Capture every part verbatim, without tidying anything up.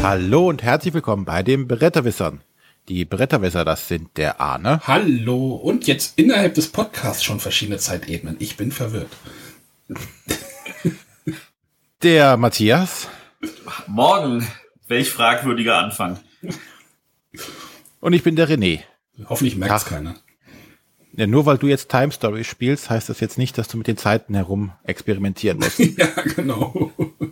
Hallo und herzlich willkommen bei den Bretterwissern. Die Bretterwisser, das sind der Arne. Hallo, und jetzt innerhalb des Podcasts schon verschiedene Zeitebenen. Ich bin verwirrt. Der Matthias. Morgen. Welch fragwürdiger Anfang. Und ich bin der René. Hoffentlich merkt es keiner. Ja, nur weil du jetzt Time Story spielst, heißt das jetzt nicht, dass du mit den Zeiten herum experimentieren musst. Ja, genau.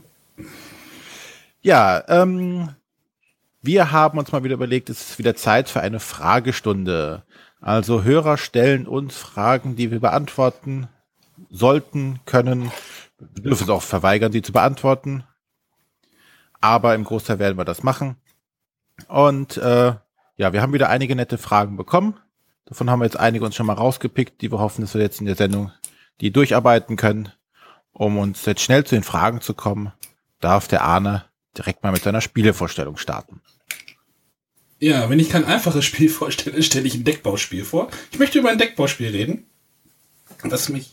Ja, ähm, wir haben uns mal wieder überlegt, es ist wieder Zeit für eine Fragestunde. Also Hörer stellen uns Fragen, die wir beantworten sollten, können. Wir dürfen es auch verweigern, sie zu beantworten. Aber im Großteil werden wir das machen. Und äh, ja, wir haben wieder einige nette Fragen bekommen. Davon haben wir jetzt einige uns schon mal rausgepickt, die wir hoffen, dass wir jetzt in der Sendung die durcharbeiten können. Um uns jetzt schnell zu den Fragen zu kommen, darf der Arne direkt mal mit seiner Spielevorstellung starten. Ja, wenn ich kein einfaches Spiel vorstelle, stelle ich ein Deckbauspiel vor. Ich möchte über ein Deckbauspiel reden, das mich...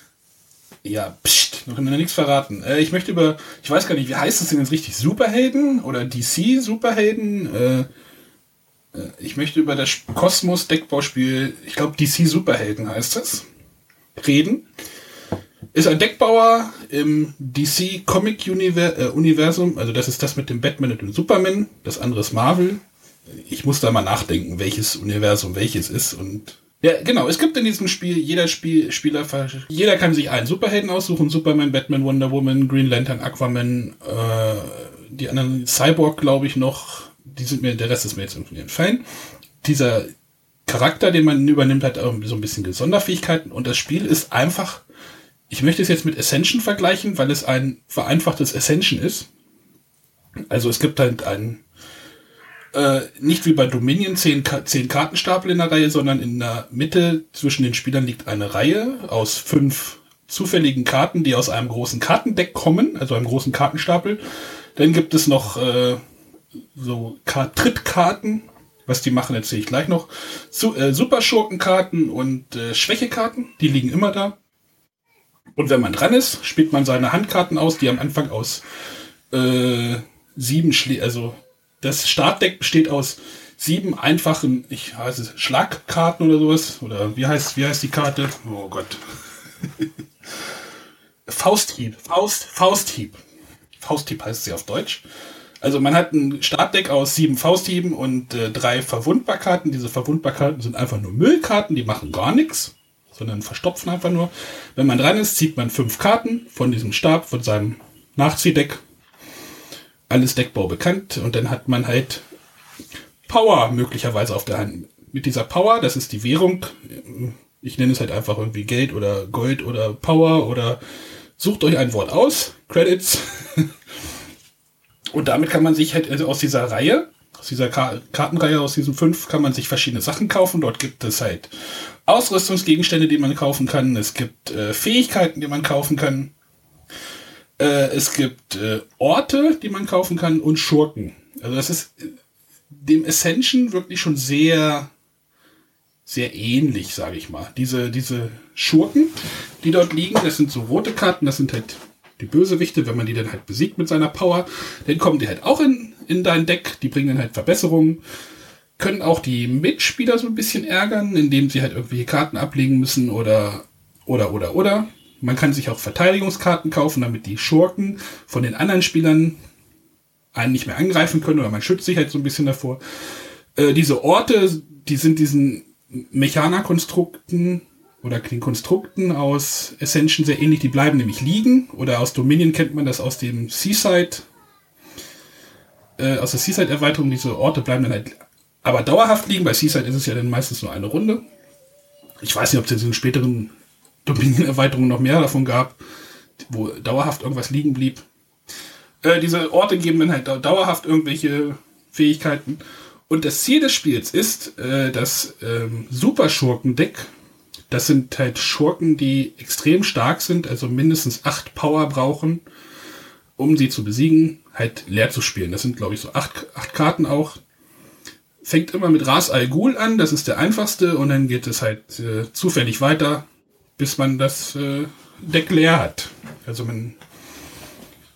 Ja, pst, noch nichts verraten. Äh, ich möchte über... Ich weiß gar nicht, wie heißt das denn jetzt richtig? Superhelden oder D C-Superhelden? Äh, Ich möchte über das Kosmos-Deckbauspiel, ich glaube D C Superhelden heißt es, reden. Ist ein Deckbauer im D C Comic Universum, also das ist das mit dem Batman und dem Superman, das andere ist Marvel. Ich muss da mal nachdenken, welches Universum welches ist. Und ja, genau, es gibt in diesem Spiel, jeder Spiel, Spieler, jeder kann sich einen Superhelden aussuchen, Superman, Batman, Wonder Woman, Green Lantern, Aquaman, äh, die anderen, Cyborg glaube ich noch. Die sind mir, der Rest ist mir jetzt irgendwie entfallen. Dieser Charakter, den man übernimmt, hat auch so ein bisschen Sonderfähigkeiten und das Spiel ist einfach, ich möchte es jetzt mit Ascension vergleichen, weil es ein vereinfachtes Ascension ist. Also es gibt halt ein, äh, nicht wie bei Dominion zehn, zehn Kartenstapel in der Reihe, sondern in der Mitte zwischen den Spielern liegt eine Reihe aus fünf zufälligen Karten, die aus einem großen Kartendeck kommen, also einem großen Kartenstapel. Dann gibt es noch äh, so Trittkarten, was die machen, erzähle ich gleich noch. Su- äh, Superschurkenkarten und äh, Schwächekarten, die liegen immer da. Und wenn man dran ist, spielt man seine Handkarten aus, die am Anfang aus äh, sieben Schlä- also das Startdeck besteht aus sieben einfachen, ich weiß es, Schlagkarten oder sowas. Oder wie heißt, wie heißt die Karte? Oh Gott. Fausthieb. Faust, Fausthieb. Fausthieb heißt sie auf Deutsch. Also man hat ein Startdeck aus sieben Fausthieben und äh, drei Verwundbarkarten. Diese Verwundbarkarten sind einfach nur Müllkarten, die machen gar nichts, sondern verstopfen einfach nur. Wenn man dran ist, zieht man fünf Karten von diesem Stab, von seinem Nachziehdeck. Alles Deckbau bekannt. Und dann hat man halt Power möglicherweise auf der Hand. Mit dieser Power, das ist die Währung. Ich nenne es halt einfach irgendwie Geld oder Gold oder Power oder sucht euch ein Wort aus. Credits. Und damit kann man sich halt also aus dieser Reihe, aus dieser Ka- Kartenreihe, aus diesen fünf, kann man sich verschiedene Sachen kaufen. Dort gibt es halt Ausrüstungsgegenstände, die man kaufen kann. Es gibt äh, Fähigkeiten, die man kaufen kann. Äh, es gibt äh, Orte, die man kaufen kann und Schurken. Also das ist dem Ascension wirklich schon sehr, sehr ähnlich, sage ich mal. Diese, diese Schurken, die dort liegen, das sind so rote Karten, das sind halt die Bösewichte. Wenn man die dann halt besiegt mit seiner Power, dann kommen die halt auch in, in dein Deck, die bringen dann halt Verbesserungen, können auch die Mitspieler so ein bisschen ärgern, indem sie halt irgendwelche Karten ablegen müssen oder, oder, oder, oder. Man kann sich auch Verteidigungskarten kaufen, damit die Schurken von den anderen Spielern einen nicht mehr angreifen können, oder man schützt sich halt so ein bisschen davor. Äh, diese Orte, die sind diesen Mechanerkonstrukten oder den Konstrukten aus Ascension sehr ähnlich, die bleiben nämlich liegen. Oder aus Dominion kennt man das aus dem Seaside, äh, aus der Seaside-Erweiterung. Diese Orte bleiben dann halt aber dauerhaft liegen. Bei Seaside ist es ja dann meistens nur eine Runde. Ich weiß nicht, ob es jetzt in den späteren Dominion-Erweiterungen noch mehr davon gab, wo dauerhaft irgendwas liegen blieb. Äh, diese Orte geben dann halt dauerhaft irgendwelche Fähigkeiten. Und das Ziel des Spiels ist, äh, das ähm, Superschurken-Deck. Das sind halt Schurken, die extrem stark sind, also mindestens acht Power brauchen, um sie zu besiegen, halt leer zu spielen. Das sind, glaube ich, so acht, acht Karten auch. Fängt immer mit Ras Al Ghul an, das ist der einfachste, und dann geht es halt äh, zufällig weiter, bis man das äh, Deck leer hat. Also man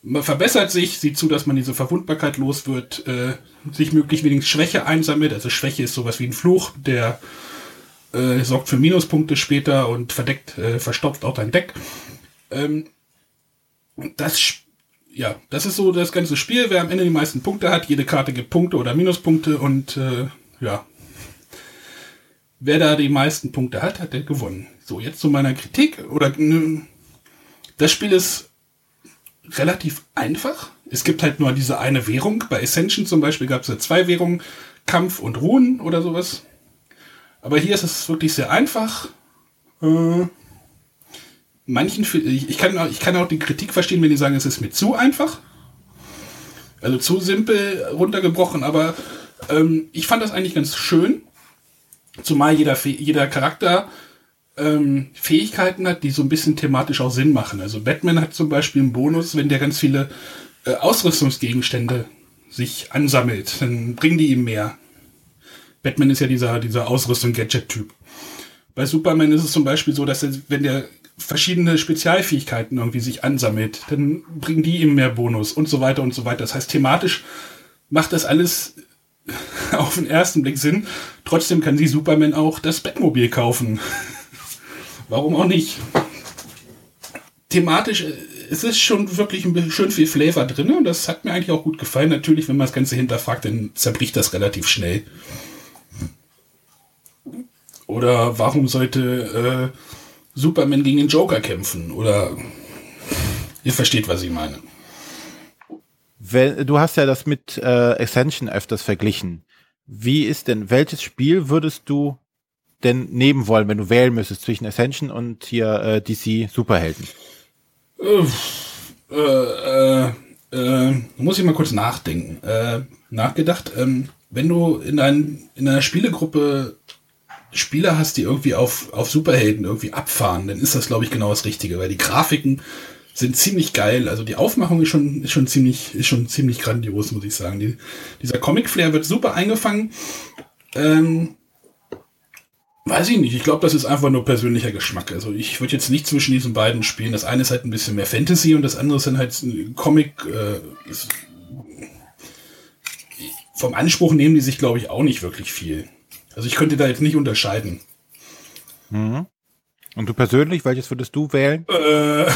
man verbessert sich, sieht zu, dass man diese Verwundbarkeit los wird, äh, sich möglichst wenig Schwäche einsammelt. Also Schwäche ist sowas wie ein Fluch, der äh, sorgt für Minuspunkte später und verdeckt, äh, verstopft auch dein Deck. Ähm, das, ja, das ist so das ganze Spiel. Wer am Ende die meisten Punkte hat, jede Karte gibt Punkte oder Minuspunkte und äh, ja, wer da die meisten Punkte hat, hat der gewonnen. So, jetzt zu meiner Kritik. Oder ne, das Spiel ist relativ einfach. Es gibt halt nur diese eine Währung. Bei Ascension zum Beispiel gab es ja zwei Währungen, Kampf und Runen oder sowas. Aber hier ist es wirklich sehr einfach. Äh, manchen, ich kann, ich kann auch die Kritik verstehen, wenn die sagen, es ist mir zu einfach. Also zu simpel runtergebrochen, aber ähm, ich fand das eigentlich ganz schön. Zumal jeder, jeder Charakter ähm, Fähigkeiten hat, die so ein bisschen thematisch auch Sinn machen. Also Batman hat zum Beispiel einen Bonus, wenn der ganz viele äh, Ausrüstungsgegenstände sich ansammelt, dann bringen die ihm mehr. Batman ist ja dieser, dieser Ausrüstung-Gadget-Typ. Bei Superman ist es zum Beispiel so, dass er, wenn der verschiedene Spezialfähigkeiten irgendwie sich ansammelt, dann bringen die ihm mehr Bonus und so weiter und so weiter. Das heißt, thematisch macht das alles auf den ersten Blick Sinn. Trotzdem kann sie Superman auch das Batmobil kaufen. Warum auch nicht? Thematisch ist es schon wirklich ein bisschen schön viel Flavor drin und das hat mir eigentlich auch gut gefallen. Natürlich, wenn man das Ganze hinterfragt, dann zerbricht das relativ schnell. Oder warum sollte äh, Superman gegen den Joker kämpfen? Oder ihr versteht, was ich meine. Wenn, du hast ja das mit äh, Ascension öfters verglichen. Wie ist denn, welches Spiel würdest du denn nehmen wollen, wenn du wählen müsstest zwischen Ascension und hier äh, D C Superhelden? Äh, äh, äh, muss ich mal kurz nachdenken. Äh, nachgedacht, ähm, wenn du in, ein, in einer Spielegruppe Spieler hast, die irgendwie auf, auf Superhelden irgendwie abfahren, dann ist das, glaube ich, genau das Richtige, weil die Grafiken sind ziemlich geil. Also die Aufmachung ist schon, ist schon ziemlich, ist schon ziemlich grandios, muss ich sagen. Die, dieser Comic-Flair wird super eingefangen. Ähm, weiß ich nicht. Ich glaube, das ist einfach nur persönlicher Geschmack. Also ich würde jetzt nicht zwischen diesen beiden spielen. Das eine ist halt ein bisschen mehr Fantasy und das andere ist dann halt Comic. Äh, ist, vom Anspruch nehmen die sich, glaube ich, auch nicht wirklich viel. Also ich könnte da jetzt nicht unterscheiden. Mhm. Und du persönlich, welches würdest du wählen? Äh,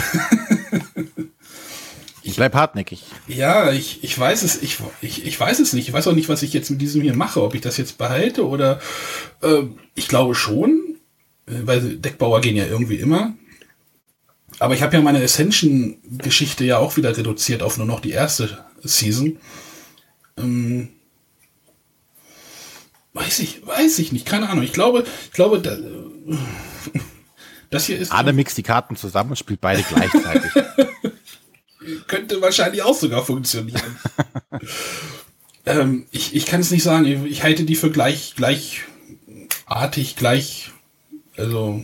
ich bleib hartnäckig. Ja, ich, ich weiß es, ich, ich, ich weiß es nicht. Ich weiß auch nicht, was ich jetzt mit diesem hier mache, ob ich das jetzt behalte oder äh, ich glaube schon, weil Deckbauer gehen ja irgendwie immer. Aber ich habe ja meine Ascension-Geschichte ja auch wieder reduziert auf nur noch die erste Season. Ähm, weiß ich, weiß ich nicht, keine Ahnung. Ich glaube, ich glaube, da, das hier ist. Alle mixt die Karten zusammen und spielt beide gleichzeitig. Könnte wahrscheinlich auch sogar funktionieren. ähm, ich ich kann es nicht sagen. Ich, ich halte die für gleich, gleichartig, gleich. Also.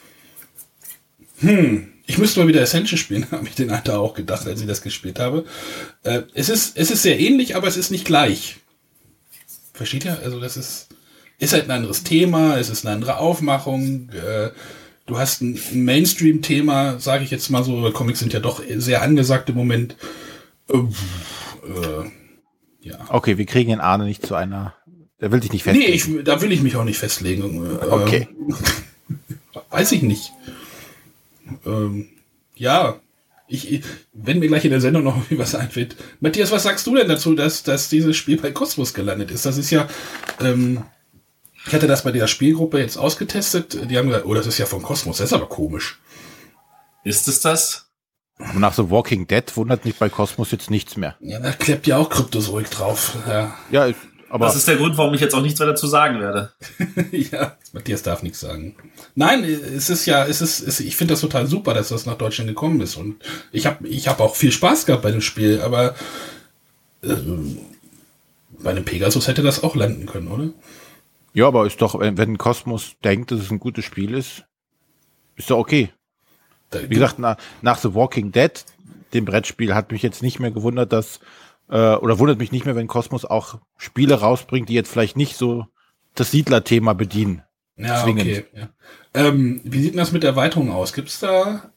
Hm. Ich müsste mal wieder Ascension spielen, habe ich den Alter auch gedacht, als ich das gespielt habe. Äh, es ist, es ist sehr ähnlich, aber es ist nicht gleich. Versteht ihr? Also das ist, ist halt ein anderes Thema, es ist eine andere Aufmachung. Äh, du hast ein Mainstream-Thema, sage ich jetzt mal so. Comics sind ja doch sehr angesagt im Moment. Äh, äh, ja. Okay, wir kriegen den Arne nicht zu einer. Der will dich nicht festlegen. Nee, ich, da will ich mich auch nicht festlegen. Äh, okay. Weiß ich nicht. Ähm, ja. Ich, ich, wenn mir gleich in der Sendung noch was einfällt. Matthias, was sagst du denn dazu, dass, dass dieses Spiel bei Kosmos gelandet ist? Das ist ja, ähm, ich hatte das bei der Spielgruppe jetzt ausgetestet. Die haben gesagt, oh, das ist ja von Kosmos. Das ist aber komisch. Ist es das? Und nach The Walking Dead wundert mich bei Kosmos jetzt nichts mehr. Ja, da klebt ja auch Kryptozoik drauf. Ja, ja aber das ist der Grund, warum ich jetzt auch nichts mehr dazu sagen werde. Ja, Matthias darf nichts sagen. Nein, es ist ja, es ist, es, ich finde das total super, dass das nach Deutschland gekommen ist und ich habe, ich habe auch viel Spaß gehabt bei dem Spiel, aber äh, bei einem Pegasus hätte das auch landen können, oder? Ja, aber ist doch, wenn, wenn Kosmos denkt, dass es ein gutes Spiel ist, ist doch okay. Da, Wie gesagt, nach, nach The Walking Dead, dem Brettspiel, hat mich jetzt nicht mehr gewundert, dass oder wundert mich nicht mehr, wenn Kosmos auch Spiele rausbringt, die jetzt vielleicht nicht so das Siedler-Thema bedienen. Ja, zwingend. Okay. Ja. Ähm, wie sieht denn das mit Erweiterungen aus? Gibt's da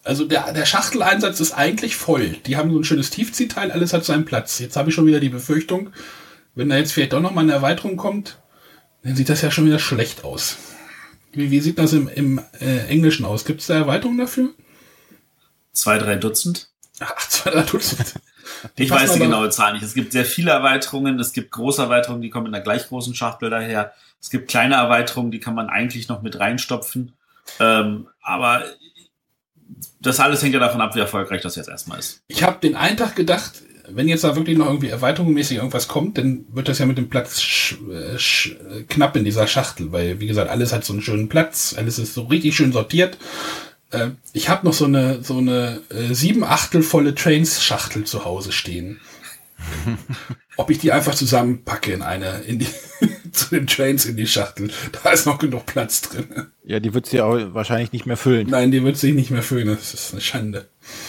Also der, der Schachteleinsatz ist eigentlich voll. Die haben so ein schönes Tiefziehteil, alles hat seinen Platz. Jetzt habe ich schon wieder die Befürchtung, wenn da jetzt vielleicht doch nochmal eine Erweiterung kommt, dann sieht das ja schon wieder schlecht aus. Wie, wie sieht das im, im äh, Englischen aus? Gibt es da Erweiterungen dafür? Zwei, drei Dutzend. Ach, zwei, drei Dutzend. Ich weiß die genaue Zahl nicht. Es gibt sehr viele Erweiterungen. Es gibt große Erweiterungen, die kommen in einer gleich großen Schachtel daher. Es gibt kleine Erweiterungen, die kann man eigentlich noch mit reinstopfen. Ähm, aber das alles hängt ja davon ab, wie erfolgreich das jetzt erstmal ist. Ich habe den einen Tag gedacht, wenn jetzt da wirklich noch irgendwie erweiterungsmäßig irgendwas kommt, dann wird das ja mit dem Platz sch- sch- knapp in dieser Schachtel, weil, wie gesagt, alles hat so einen schönen Platz, alles ist so richtig schön sortiert. Äh, ich habe noch so eine so eine äh, sieben Achtel volle Trains-Schachtel zu Hause stehen. Ob ich die einfach zusammenpacke in eine, in die zu den Trains in die Schachtel. Da ist noch genug Platz drin. Ja, die wird sie auch wahrscheinlich nicht mehr füllen. Nein, die wird sich nicht mehr füllen. Das ist eine Schande.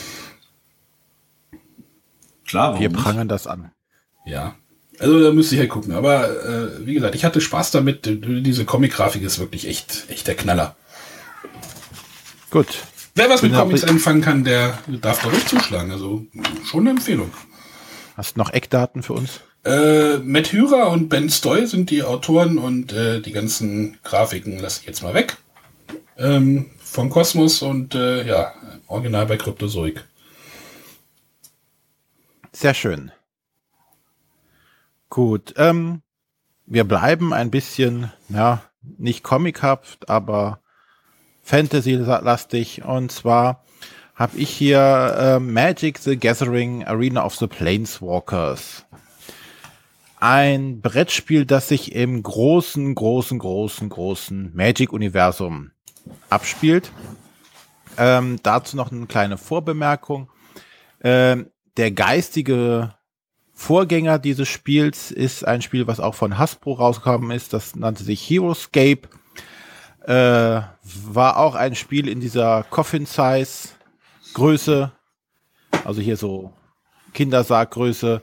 Klar, warum Wir nicht? prangern das an. Ja, also da müsste ich halt gucken. Aber äh, wie gesagt, ich hatte Spaß damit. Diese Comic-Grafik ist wirklich echt, echt der Knaller. Gut. Wer was mit Bin Comics auch- anfangen kann, der darf da ruhig zuschlagen. Also schon eine Empfehlung. Hast du noch Eckdaten für uns? Äh, Matt Hyra und Ben Stoy sind die Autoren und äh, die ganzen Grafiken lasse ich jetzt mal weg. Ähm, von Kosmos und äh, ja, original bei Cryptozoic. Sehr schön. Gut, ähm, wir bleiben ein bisschen, ja, nicht comichaft, aber Fantasy-lastig. Und zwar habe ich hier äh, Magic the Gathering Arena of the Planeswalkers. Ein Brettspiel, das sich im großen, großen, großen, großen Magic-Universum abspielt. Ähm, dazu noch eine kleine Vorbemerkung. Ähm, der geistige Vorgänger dieses Spiels ist ein Spiel, was auch von Hasbro rausgekommen ist. Das nannte sich Heroescape. Äh, war auch ein Spiel in dieser Coffin-Size-Größe. Also hier so Kindersarggröße.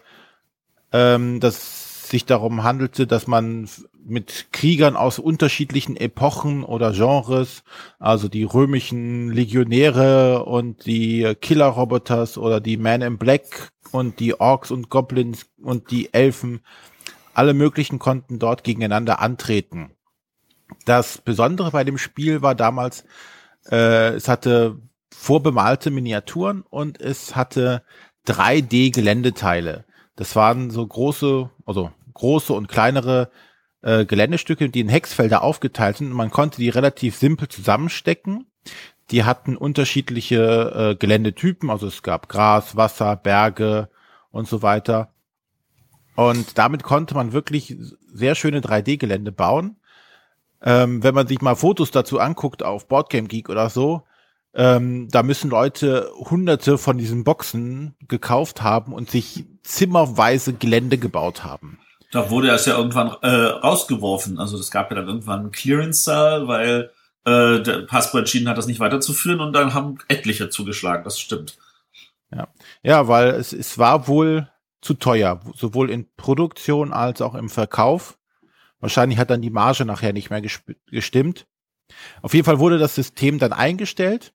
Ähm, das sich darum handelte, dass man mit Kriegern aus unterschiedlichen Epochen oder Genres, also die römischen Legionäre und die Killer-Roboters oder die Man in Black und die Orks und Goblins und die Elfen, alle möglichen konnten dort gegeneinander antreten. Das Besondere bei dem Spiel war damals, äh, es hatte vorbemalte Miniaturen und es hatte drei D-Geländeteile. Das waren so große, also große und kleinere äh, Geländestücke, die in Hexfelder aufgeteilt sind und man konnte die relativ simpel zusammenstecken. Die hatten unterschiedliche äh, Geländetypen, also es gab Gras, Wasser, Berge und so weiter. Und damit konnte man wirklich sehr schöne drei D-Gelände bauen. Ähm, wenn man sich mal Fotos dazu anguckt auf Boardgame Geek oder so, ähm, da müssen Leute hunderte von diesen Boxen gekauft haben und sich zimmerweise Gelände gebaut haben. Da wurde das ja irgendwann äh, rausgeworfen. Also es gab ja dann irgendwann einen Clearance-Sale, weil äh, der Hasbro entschieden hat, das nicht weiterzuführen und dann haben etliche zugeschlagen. Das stimmt. Ja, ja, weil es, es war wohl zu teuer, sowohl in Produktion als auch im Verkauf. Wahrscheinlich hat dann die Marge nachher nicht mehr gesp- gestimmt. Auf jeden Fall wurde das System dann eingestellt.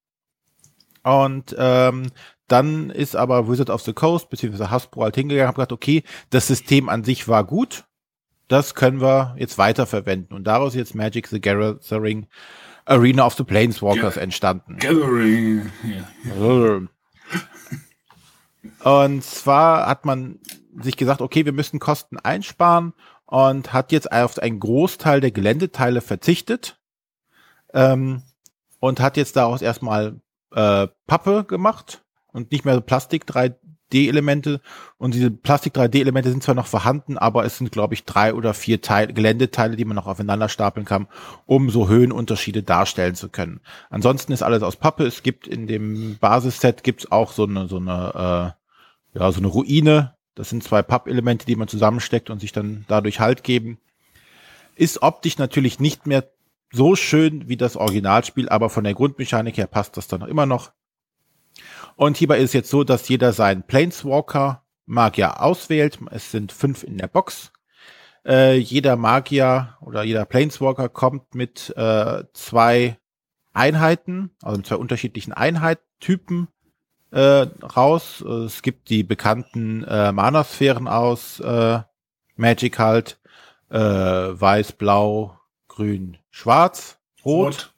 Und ähm, dann ist aber Wizard of the Coast beziehungsweise Hasbro halt hingegangen und hat gesagt, okay, das System an sich war gut, das können wir jetzt weiterverwenden. Und daraus ist jetzt Magic the Gathering Arena of the Planeswalkers Ga- entstanden. Gathering. Ja. Und zwar hat man sich gesagt, okay, wir müssen Kosten einsparen und hat jetzt auf einen Großteil der Geländeteile verzichtet ähm, und hat jetzt daraus erstmal äh, Pappe gemacht und nicht mehr Plastik drei D-Elemente. Und diese Plastik drei D-Elemente sind zwar noch vorhanden, aber es sind, glaube ich, drei oder vier Teil- Geländeteile, die man noch aufeinander stapeln kann, um so Höhenunterschiede darstellen zu können. Ansonsten ist alles aus Pappe. Es gibt in dem Basisset gibt's auch so eine so eine äh, ja so eine Ruine. Das sind zwei Pappelemente, die man zusammensteckt und sich dann dadurch Halt geben. Ist optisch natürlich nicht mehr so schön wie das Originalspiel, aber von der Grundmechanik her passt das dann immer noch. Und hierbei ist es jetzt so, dass jeder seinen Planeswalker Magier auswählt. Es sind fünf in der Box. Äh, jeder Magier oder jeder Planeswalker kommt mit äh, zwei Einheiten, also mit zwei unterschiedlichen Einheiten. Typen äh, raus. Es gibt die bekannten äh, Mana-Sphären aus äh, Magic halt. Äh, Weiß, Blau, Grün, Schwarz, Rot.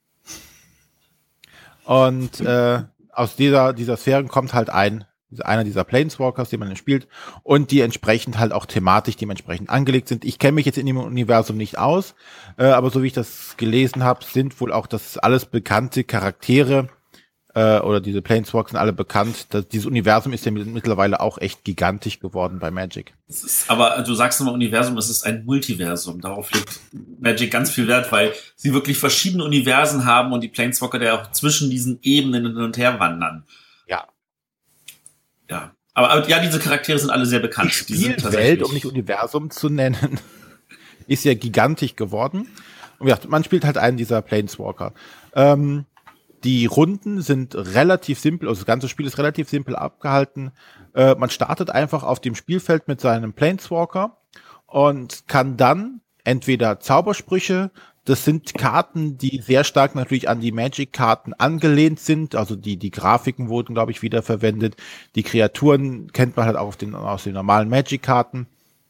Rot. Und äh, aus dieser, dieser Sphären kommt halt ein, einer dieser Planeswalkers, den man spielt, und die entsprechend halt auch thematisch dementsprechend angelegt sind. Ich kenne mich jetzt in dem Universum nicht aus, äh, aber so wie ich das gelesen habe, sind wohl auch das alles bekannte Charaktere, äh, oder diese Planeswalker sind alle bekannt. Das, dieses Universum ist ja mittlerweile auch echt gigantisch geworden bei Magic. Es ist, aber du sagst immer Universum, es ist ein Multiversum. Darauf legt Magic ganz viel Wert, weil sie wirklich verschiedene Universen haben und die Planeswalker, der auch zwischen diesen Ebenen hin und her wandern. Ja. Ja. Aber, aber ja, diese Charaktere sind alle sehr bekannt. Die Spielwelt, um nicht Universum zu nennen, ist ja gigantisch geworden. Und ja, man spielt halt einen dieser Planeswalker. Ähm, die Runden sind relativ simpel, also das ganze Spiel ist relativ simpel abgehalten. Äh, man startet einfach auf dem Spielfeld mit seinem Planeswalker und kann dann entweder Zaubersprüche, das sind Karten, die sehr stark natürlich an die Magic-Karten angelehnt sind. Also die die Grafiken wurden, glaube ich, wiederverwendet. Die Kreaturen kennt man halt auch auf den, aus den normalen Magic-Karten.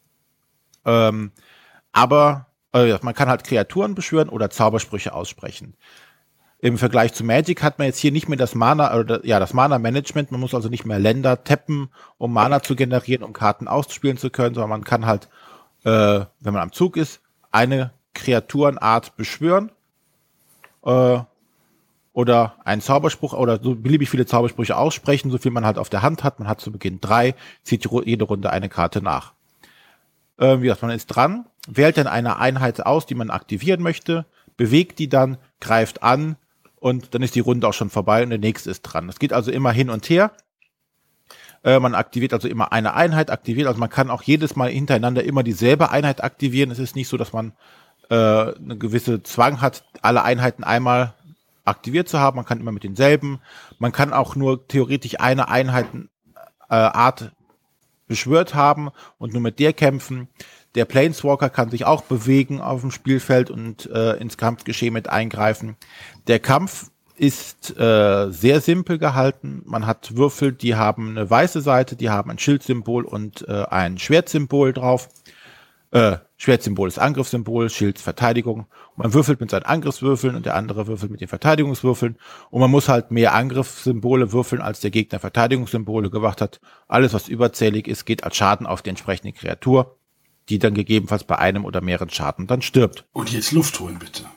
Ähm, aber äh, man kann halt Kreaturen beschwören oder Zaubersprüche aussprechen. Im Vergleich zu Magic hat man jetzt hier nicht mehr das Mana, oder ja, das Mana-Management. Man muss also nicht mehr Länder tappen, um Mana zu generieren, um Karten ausspielen zu können, sondern man kann halt, äh, wenn man am Zug ist, eine Kreaturenart beschwören äh, oder einen Zauberspruch oder so beliebig viele Zaubersprüche aussprechen, so viel man halt auf der Hand hat. Man hat zu Beginn drei, zieht jede Runde eine Karte nach. Äh, wie gesagt, man ist dran, wählt dann eine Einheit aus, die man aktivieren möchte, bewegt die dann, greift an und dann ist die Runde auch schon vorbei und der nächste ist dran. Es geht also immer hin und her. Äh, man aktiviert also immer eine Einheit, aktiviert, also man kann auch jedes Mal hintereinander immer dieselbe Einheit aktivieren. Es ist nicht so, dass man äh, eine gewisse Zwang hat, alle Einheiten einmal aktiviert zu haben. Man kann immer mit denselben. Man kann auch nur theoretisch eine Einheitenart äh, beschwört haben und nur mit der kämpfen. Der Planeswalker kann sich auch bewegen auf dem Spielfeld und äh, ins Kampfgeschehen mit eingreifen. Der Kampf ist äh, sehr simpel gehalten. Man hat Würfel, die haben eine weiße Seite, die haben ein Schildsymbol und äh, ein Schwertsymbol drauf. Äh, Schwertsymbol ist Angriffssymbol, Schild Verteidigung. Und man würfelt mit seinen Angriffswürfeln und der andere würfelt mit den Verteidigungswürfeln. Und man muss halt mehr Angriffssymbole würfeln, als der Gegner Verteidigungssymbole gemacht hat. Alles, was überzählig ist, geht als Schaden auf die entsprechende Kreatur, die dann gegebenenfalls bei einem oder mehreren Schaden dann stirbt. Und jetzt Luft holen, bitte.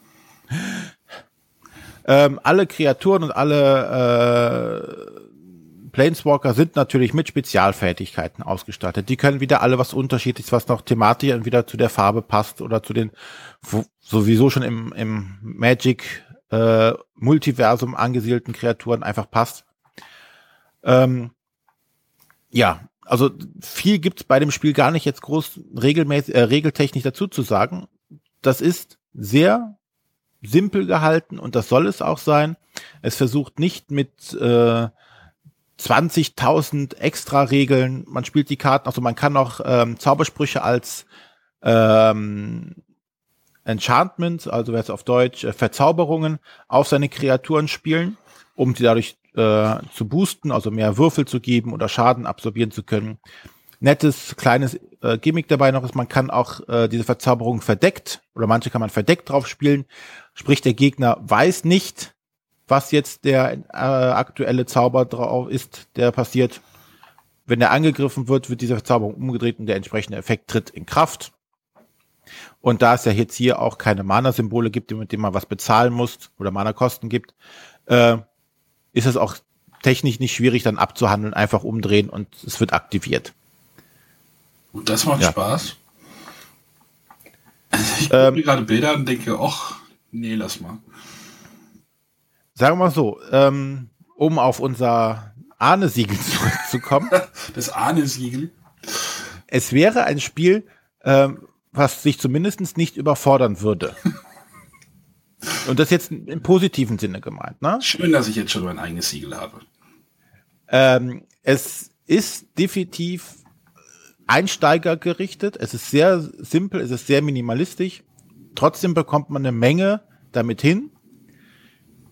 Ähm, alle Kreaturen und alle äh, Planeswalker sind natürlich mit Spezialfähigkeiten ausgestattet. Die können wieder alle was Unterschiedliches, was noch thematisch entweder zu der Farbe passt oder zu den wo, sowieso schon im, im Magic äh, Multiversum angesiedelten Kreaturen einfach passt. Ähm, ja, also viel gibt's bei dem Spiel gar nicht jetzt groß regelmäßig, äh, regeltechnisch dazu zu sagen. Das ist sehr simpel gehalten und das soll es auch sein. Es versucht nicht mit äh, zwanzigtausend extra Regeln. Man spielt die Karten, also man kann auch ähm, Zaubersprüche als ähm, Enchantments, also wäre es auf Deutsch, äh, Verzauberungen auf seine Kreaturen spielen, um sie dadurch äh, zu boosten, also mehr Würfel zu geben oder Schaden absorbieren zu können. Nettes, kleines äh, Gimmick dabei noch ist, man kann auch äh, diese Verzauberung verdeckt, oder manche kann man verdeckt drauf spielen, sprich der Gegner weiß nicht, was jetzt der äh, aktuelle Zauber drauf ist, der passiert. Wenn er angegriffen wird, wird diese Verzauberung umgedreht und der entsprechende Effekt tritt in Kraft. Und da es ja jetzt hier auch keine Mana-Symbole gibt, mit denen man was bezahlen muss oder Mana-Kosten gibt, äh, ist es auch technisch nicht schwierig dann abzuhandeln, einfach umdrehen und es wird aktiviert. Und das macht ja. Spaß. Also ich gucke ähm, mir gerade Bilder und denke, ach, nee, lass mal. Sagen wir mal so, ähm, um auf unser Ahne-Siegel zurückzukommen. Das Ahne-Siegel? Es wäre ein Spiel, ähm, was sich zumindest nicht überfordern würde. Und das jetzt im positiven Sinne gemeint, ne? Schön, dass ich jetzt schon mein eigenes Siegel habe. Ähm, es ist definitiv einsteigergerichtet. Es ist sehr simpel, es ist sehr minimalistisch. Trotzdem bekommt man eine Menge damit hin.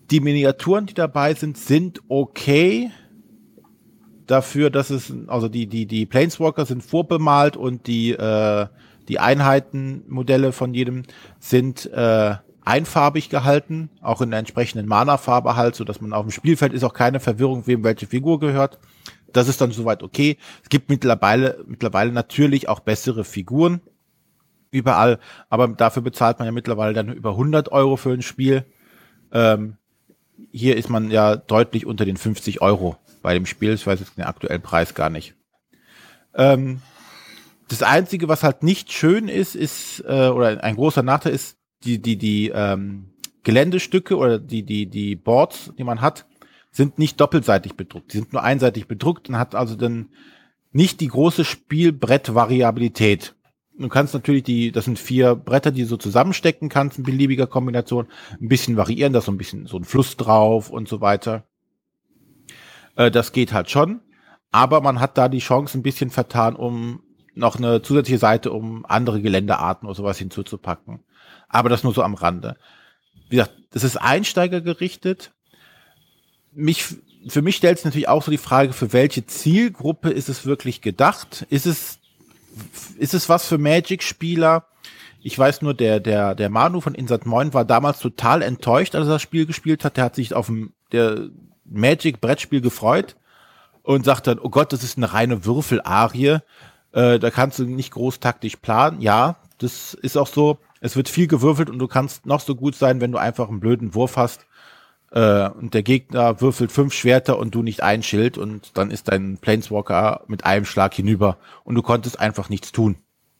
Die Miniaturen, die dabei sind, sind okay. Dafür, dass es, also die, die, die Planeswalker sind vorbemalt und die, äh, die Einheitenmodelle von jedem sind, äh, einfarbig gehalten, auch in der entsprechenden Mana-Farbe halt, so dass man auf dem Spielfeld ist auch keine Verwirrung, wem welche Figur gehört. Das ist dann soweit okay. Es gibt mittlerweile, mittlerweile natürlich auch bessere Figuren überall, aber dafür bezahlt man ja mittlerweile dann über hundert Euro für ein Spiel. Ähm, hier ist man ja deutlich unter den fünfzig Euro bei dem Spiel. Ich weiß jetzt den aktuellen Preis gar nicht. Ähm, das Einzige, was halt nicht schön ist, ist, äh, oder ein großer Nachteil ist, die, die, die ähm, Geländestücke oder die, die, die Boards, die man hat, sind nicht doppelseitig bedruckt. Die sind nur einseitig bedruckt und hat also dann nicht die große Spielbrett-Variabilität. Du kannst natürlich die, das sind vier Bretter, die du so zusammenstecken kannst in beliebiger Kombination, ein bisschen variieren, da ist so ein bisschen so ein Fluss drauf und so weiter. Äh, das geht halt schon, aber man hat da die Chance ein bisschen vertan, um noch eine zusätzliche Seite, um andere Geländearten oder sowas hinzuzupacken. Aber das nur so am Rande. Wie gesagt, das ist einsteigergerichtet. Mich, für mich stellt es natürlich auch so die Frage, für welche Zielgruppe ist es wirklich gedacht? Ist es, ist es was für Magic-Spieler? Ich weiß nur, der, der, der Manu von Insert Moin war damals total enttäuscht, als er das Spiel gespielt hat. Der hat sich auf dem, der Magic-Brettspiel gefreut und sagt dann, oh Gott, das ist eine reine Würfelarie. Äh, da kannst du nicht groß taktisch planen. Ja, das ist auch so. Es wird viel gewürfelt und du kannst noch so gut sein, wenn du einfach einen blöden Wurf hast äh, und der Gegner würfelt fünf Schwerter und du nicht ein Schild und dann ist dein Planeswalker mit einem Schlag hinüber und du konntest einfach nichts tun.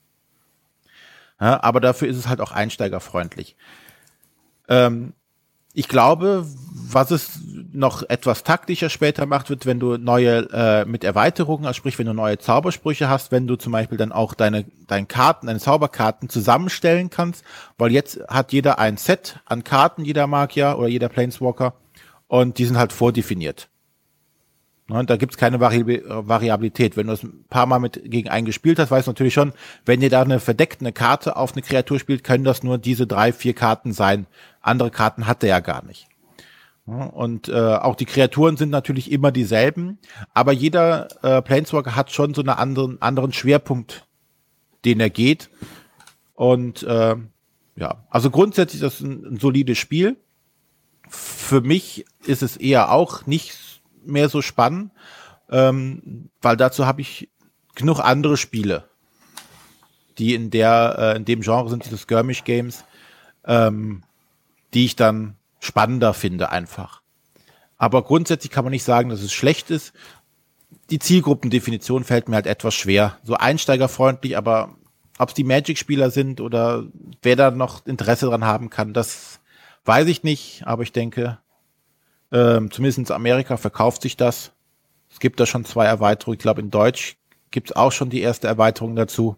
Ja, aber dafür ist es halt auch einsteigerfreundlich. Ähm, ich glaube, was es noch etwas taktischer später macht, wird, wenn du neue, äh, mit Erweiterungen, also sprich, wenn du neue Zaubersprüche hast, wenn du zum Beispiel dann auch deine, deine Karten, deine Zauberkarten zusammenstellen kannst, weil jetzt hat jeder ein Set an Karten, jeder Magier oder jeder Planeswalker, und die sind halt vordefiniert. Und da gibt's keine Vari- Variabilität. Wenn du es ein paar Mal mit gegen einen gespielt hast, weißt du natürlich schon, wenn ihr da eine verdeckte Karte auf eine Kreatur spielt, können das nur diese drei, vier Karten sein. Andere Karten hat er ja gar nicht. Und äh, auch die Kreaturen sind natürlich immer dieselben, aber jeder äh, Planeswalker hat schon so einen anderen, anderen Schwerpunkt, den er geht. Und äh, ja, also grundsätzlich ist das ein, ein solides Spiel. Für mich ist es eher auch nicht mehr so spannend, ähm, weil dazu habe ich genug andere Spiele, die in der äh, in dem Genre sind, diese Skirmish Games, ähm, die ich dann spannender finde einfach. Aber grundsätzlich kann man nicht sagen, dass es schlecht ist. Die Zielgruppendefinition fällt mir halt etwas schwer. So einsteigerfreundlich, aber ob es die Magic-Spieler sind oder wer da noch Interesse dran haben kann, das weiß ich nicht. Aber ich denke, ähm, zumindest in Amerika verkauft sich das. Es gibt da schon zwei Erweiterungen. Ich glaube, in Deutsch gibt es auch schon die erste Erweiterung dazu.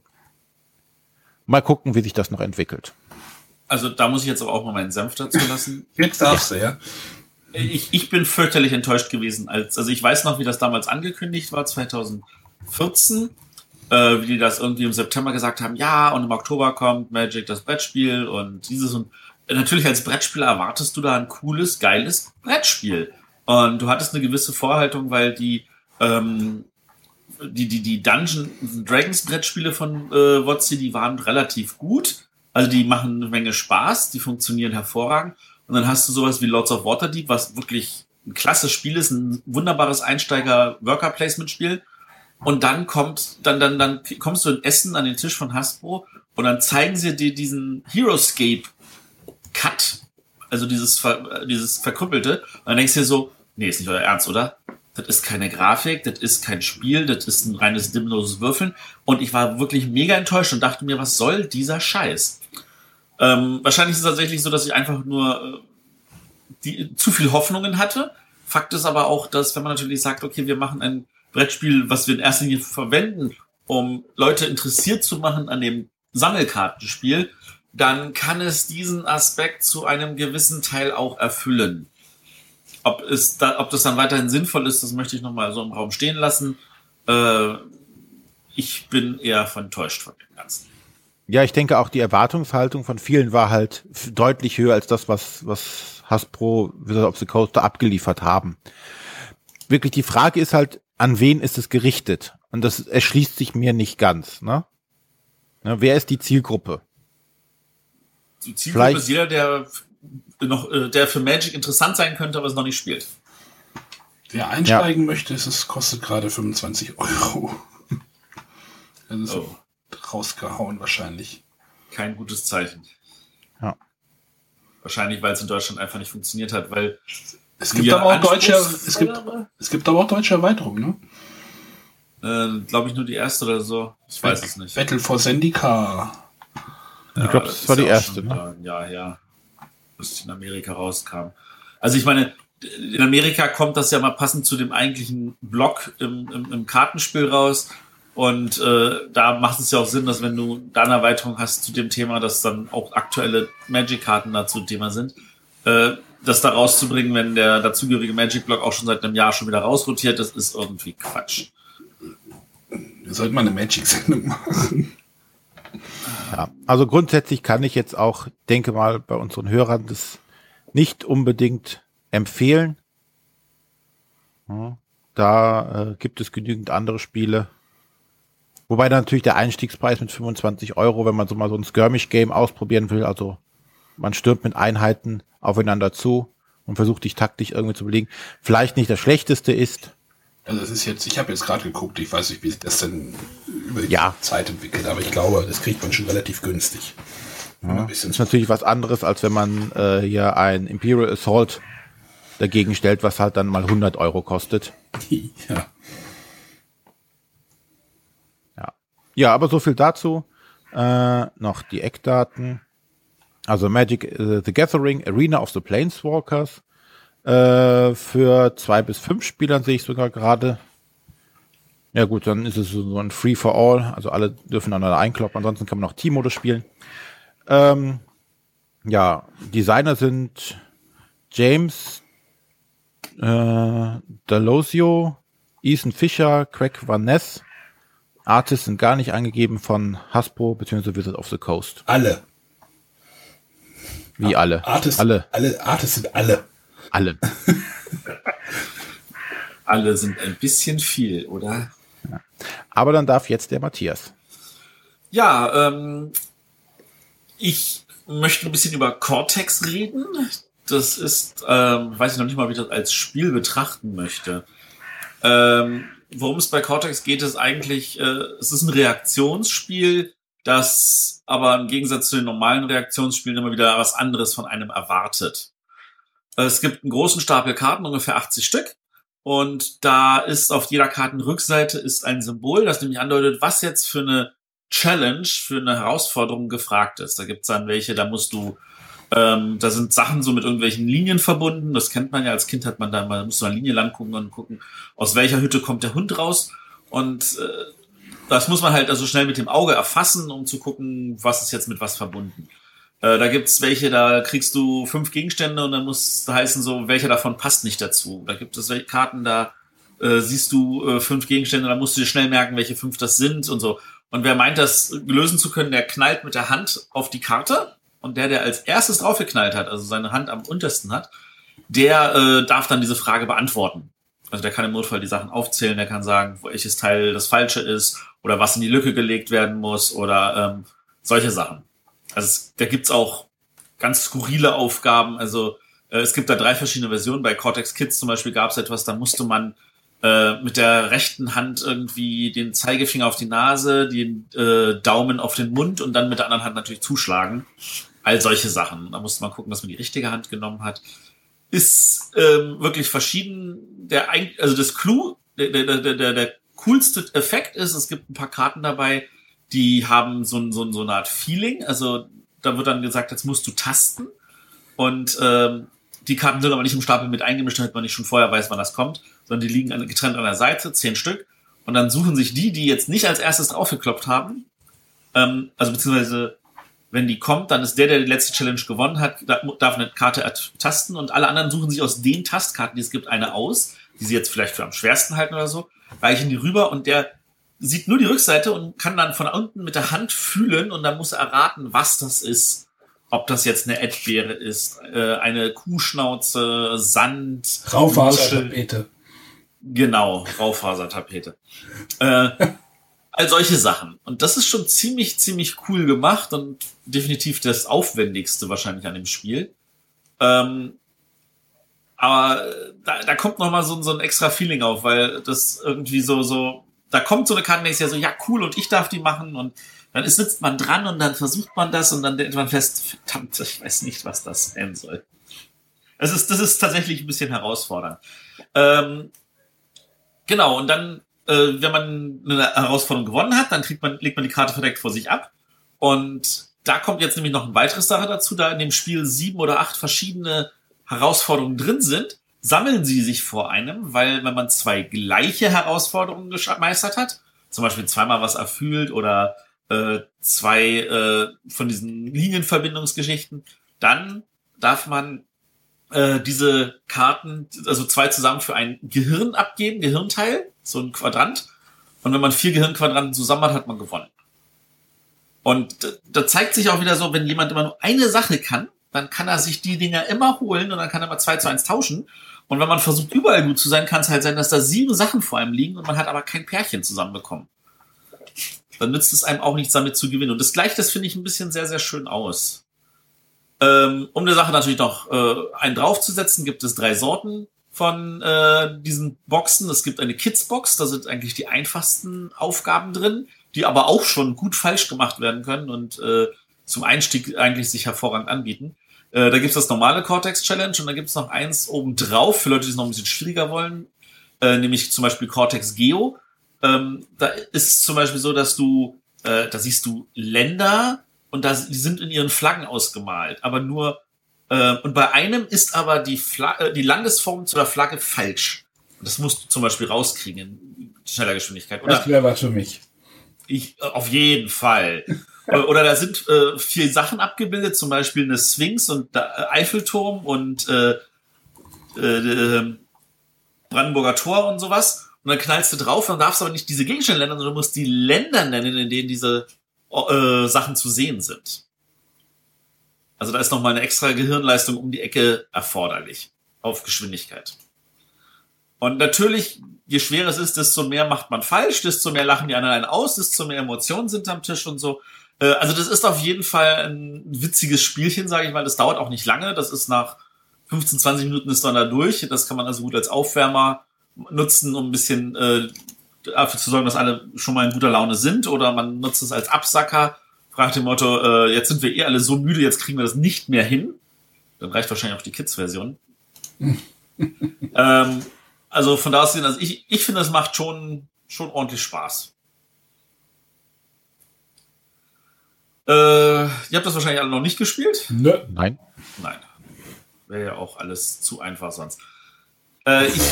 Mal gucken, wie sich das noch entwickelt. Also da muss ich jetzt aber auch mal meinen Senf dazu lassen. Jetzt darfst du, ja. Ich, ich bin fürchterlich enttäuscht gewesen. Als, also ich weiß noch, wie das damals angekündigt war, zwanzig vierzehn, äh, wie die das irgendwie im September gesagt haben, ja, und im Oktober kommt Magic, das Brettspiel und dieses und natürlich als Brettspieler erwartest du da ein cooles, geiles Brettspiel. Und du hattest eine gewisse Vorhaltung, weil die ähm, die, die, die Dungeons Dragons Brettspiele von äh, W O C, die waren relativ gut. Also die machen eine Menge Spaß, die funktionieren hervorragend. Und dann hast du sowas wie Lords of Waterdeep, was wirklich ein klasse Spiel ist, ein wunderbares Einsteiger-Worker-Placement-Spiel. Und dann kommt, dann, dann, dann kommst du in Essen an den Tisch von Hasbro und dann zeigen sie dir diesen Heroescape-Cut, also dieses, Ver, dieses Verkrüppelte. Und dann denkst du dir so, nee, ist nicht euer Ernst, oder? Das ist keine Grafik, das ist kein Spiel, das ist ein reines sinnloses Würfeln. Und ich war wirklich mega enttäuscht und dachte mir, was soll dieser Scheiß? Ähm, wahrscheinlich ist es tatsächlich so, dass ich einfach nur äh, die, zu viel Hoffnungen hatte. Fakt ist aber auch, dass wenn man natürlich sagt, okay, wir machen ein Brettspiel, was wir in erster Linie verwenden, um Leute interessiert zu machen an dem Sammelkartenspiel, dann kann es diesen Aspekt zu einem gewissen Teil auch erfüllen. Ob es da, ob das dann weiterhin sinnvoll ist, das möchte ich nochmal so im Raum stehen lassen. Äh, ich bin eher enttäuscht von dem Ganzen. Ja, ich denke auch, die Erwartungshaltung von vielen war halt deutlich höher als das, was, was Hasbro Wizards of the Coast da abgeliefert haben. Wirklich die Frage ist halt, an wen ist es gerichtet? Und das erschließt sich mir nicht ganz. Ne? Ne, wer ist die Zielgruppe? Die Zielgruppe Vielleicht, ist jeder, der noch, der für Magic interessant sein könnte, aber es noch nicht spielt. Wer einsteigen ja. möchte, ist, es kostet gerade fünfundzwanzig Euro. Das ist oh. rausgehauen wahrscheinlich. Kein gutes Zeichen. Ja. Wahrscheinlich, weil es in Deutschland einfach nicht funktioniert hat, weil es gibt aber auch deutsche, es gibt, es gibt aber auch deutsche Erweiterungen, ne? Äh, glaube ich nur die erste oder so. Ich weiß es nicht. Battle for Zendika. Ja, ich glaube, das, das war die erste. Ne? Ja, ja. Bis in Amerika rauskam. Also ich meine, in Amerika kommt das ja mal passend zu dem eigentlichen Block im, im, im Kartenspiel raus. Und äh, da macht es ja auch Sinn, dass wenn du da eine Erweiterung hast zu dem Thema, dass dann auch aktuelle Magic-Karten dazu Thema sind, äh, das da rauszubringen, wenn der dazugehörige Magic-Block auch schon seit einem Jahr schon wieder rausrotiert, das ist irgendwie Quatsch. Wir sollten mal eine Magic-Sendung machen. Ja, also grundsätzlich kann ich jetzt auch, denke mal, bei unseren Hörern das nicht unbedingt empfehlen. Ja, da äh, gibt es genügend andere Spiele. Wobei dann natürlich der Einstiegspreis mit fünfundzwanzig Euro, wenn man so mal so ein Skirmish-Game ausprobieren will, also man stürmt mit Einheiten aufeinander zu und versucht dich taktisch irgendwie zu belegen, vielleicht nicht das Schlechteste ist. Also es ist jetzt, ich habe jetzt gerade geguckt, ich weiß nicht, wie sich das denn über die ja. Zeit entwickelt, aber ich glaube, das kriegt man schon relativ günstig. Ja. Ein bisschen ist natürlich was anderes, als wenn man äh, hier ein Imperial Assault dagegen stellt, was halt dann mal hundert Euro kostet. Ja. Ja, ja, aber so viel dazu. Äh, noch die Eckdaten. Also Magic uh, the Gathering, Arena of the Planeswalkers. Äh, für zwei bis fünf Spielern sehe ich sogar gerade. Ja gut, dann ist es so ein Free for All. Also alle dürfen aneinander einkloppen. Ansonsten kann man auch Team-Modus spielen. Ähm, ja, Designer sind James äh, Dalosio, Ethan Fisher, Craig Van Ness. Artists sind gar nicht angegeben von Hasbro bzw. Wizards of the Coast. Alle. Wie alle? Artists, alle. Alle Artists sind alle. Alle. Alle sind ein bisschen viel, oder? Ja. Aber dann darf jetzt der Matthias. Ja, ähm, ich möchte ein bisschen über Cortex reden. Das ist, ähm, weiß ich noch nicht mal, wie ich das als Spiel betrachten möchte. Ähm, worum es bei Cortex geht, ist eigentlich, äh, es ist ein Reaktionsspiel, das aber im Gegensatz zu den normalen Reaktionsspielen immer wieder was anderes von einem erwartet. Es gibt einen großen Stapel Karten, ungefähr achtzig Stück. Und da ist auf jeder Kartenrückseite ist ein Symbol, das nämlich andeutet, was jetzt für eine Challenge, für eine Herausforderung gefragt ist. Da gibt's dann welche, da musst du, ähm, da sind Sachen so mit irgendwelchen Linien verbunden. Das kennt man ja, als Kind hat man da mal, muss man eine Linie lang gucken und gucken, aus welcher Hütte kommt der Hund raus. Und äh, das muss man halt also schnell mit dem Auge erfassen, um zu gucken, was ist jetzt mit was verbunden. Äh, da gibt's welche, da kriegst du fünf Gegenstände und dann muss heißen so, welcher davon passt nicht dazu. Da gibt es welche Karten, da äh, siehst du äh, fünf Gegenstände, da musst du dir schnell merken, welche fünf das sind und so. Und wer meint, das lösen zu können, der knallt mit der Hand auf die Karte. Und der, der als erstes draufgeknallt hat, also seine Hand am untersten hat, der äh, darf dann diese Frage beantworten. Also der kann im Notfall die Sachen aufzählen, der kann sagen, welches Teil das Falsche ist oder was in die Lücke gelegt werden muss oder ähm, solche Sachen. Also es, da gibt's auch ganz skurrile Aufgaben. Also äh, es gibt da drei verschiedene Versionen. Bei Cortex Kids zum Beispiel gab's etwas, da musste man äh, mit der rechten Hand irgendwie den Zeigefinger auf die Nase, den äh, Daumen auf den Mund und dann mit der anderen Hand natürlich zuschlagen. All solche Sachen. Da musste man gucken, dass man die richtige Hand genommen hat. Ist ähm, wirklich verschieden. Der also das Clou, der, der, der, der, der coolste Effekt ist, es gibt ein paar Karten dabei, die haben so, so, so eine Art Feeling. Also da wird dann gesagt, jetzt musst du tasten. Und ähm, die Karten sind aber nicht im Stapel mit eingemischt, damit man nicht schon vorher weiß, wann das kommt, sondern die liegen getrennt an der Seite, zehn Stück. Und dann suchen sich die, die jetzt nicht als erstes draufgekloppt haben, ähm, also beziehungsweise wenn die kommt, dann ist der, der die letzte Challenge gewonnen hat, darf eine Karte tasten und alle anderen suchen sich aus den Tastkarten, die es gibt, eine aus, die sie jetzt vielleicht für am schwersten halten oder so, reichen die rüber und der sieht nur die Rückseite und kann dann von unten mit der Hand fühlen und dann muss er erraten, was das ist. ob das jetzt eine Erdbeere ist, äh, eine Kuhschnauze, Sand, Raufasertapete. Genau, Raufasertapete. äh, all solche Sachen. Und das ist schon ziemlich, ziemlich cool gemacht und definitiv das Aufwendigste wahrscheinlich an dem Spiel. Ähm, aber da, da kommt noch mal so, so ein extra Feeling auf, weil das irgendwie so, so, da kommt so eine Karte, die ist ja so, ja cool, und ich darf die machen, und dann ist, sitzt man dran und dann versucht man das und dann denkt man fest, verdammt, ich weiß nicht, was das sein soll. Das ist, das ist tatsächlich ein bisschen herausfordernd. Ähm, genau, und dann, äh, wenn man eine Herausforderung gewonnen hat, dann kriegt man, legt man die Karte verdeckt vor sich ab. Und da kommt jetzt nämlich noch eine weitere Sache dazu, da in dem Spiel sieben oder acht verschiedene Herausforderungen drin sind, sammeln sie sich vor einem, weil wenn man zwei gleiche Herausforderungen gemeistert hat, zum Beispiel zweimal was erfüllt oder äh, zwei äh, von diesen Linienverbindungsgeschichten, dann darf man äh, diese Karten, also zwei zusammen für ein Gehirn abgeben, Gehirnteil, so ein Quadrant. Und wenn man vier Gehirnquadranten zusammen hat, hat man gewonnen. Und da zeigt sich auch wieder so, wenn jemand immer nur eine Sache kann, dann kann er sich die Dinger immer holen und dann kann er mal zwei zu eins tauschen. Und wenn man versucht, überall gut zu sein, kann es halt sein, dass da sieben Sachen vor einem liegen und man hat aber kein Pärchen zusammenbekommen. Dann nützt es einem auch nichts, damit zu gewinnen. Und das gleicht das, finde ich, ein bisschen sehr, sehr schön aus. Ähm, um der Sache natürlich noch äh, einen draufzusetzen, gibt es drei Sorten von äh, diesen Boxen. Es gibt eine Kids-Box, da sind eigentlich die einfachsten Aufgaben drin, die aber auch schon gut falsch gemacht werden können und äh, zum Einstieg eigentlich sich hervorragend anbieten. Äh, da gibt's das normale Cortex Challenge und dann gibt's noch eins obendrauf für Leute, die es noch ein bisschen schwieriger wollen, äh, nämlich zum Beispiel Cortex Geo. Ähm, da ist es zum Beispiel so, dass du, äh, da siehst du Länder und da, die sind in ihren Flaggen ausgemalt, aber nur, äh, und bei einem ist aber die, Fla- äh, die Landesform zu der Flagge falsch. Und das musst du zum Beispiel rauskriegen in schneller Geschwindigkeit. Oder das wäre was für mich. Ich, äh, auf jeden Fall. Oder da sind äh, vier Sachen abgebildet, zum Beispiel eine Sphinx und äh, Eiffelturm und äh, äh, Brandenburger Tor und sowas. Und dann knallst du drauf, dann darfst du aber nicht diese Gegenstände nennen, sondern du musst die Länder nennen, in denen diese äh, Sachen zu sehen sind. Also da ist nochmal eine extra Gehirnleistung um die Ecke erforderlich. Auf Geschwindigkeit. Und natürlich, je schwerer es ist, desto mehr macht man falsch, desto mehr lachen die anderen einen aus, desto mehr Emotionen sind am Tisch und so. Also das ist auf jeden Fall ein witziges Spielchen, sage ich mal. Das dauert auch nicht lange. Das ist nach fünfzehn, zwanzig Minuten ist dann da durch. Das kann man also gut als Aufwärmer nutzen, um ein bisschen äh, dafür zu sorgen, dass alle schon mal in guter Laune sind. Oder man nutzt es als Absacker, fragt dem Motto, äh, jetzt sind wir eh alle so müde, jetzt kriegen wir das nicht mehr hin. Dann reicht wahrscheinlich auch die Kids-Version. ähm, also von da aus gesehen, also ich, ich finde, das macht schon, schon ordentlich Spaß. Äh, ihr habt das wahrscheinlich alle noch nicht gespielt? Nö. Nein. Nein. Wäre ja auch alles zu einfach sonst. Äh, ich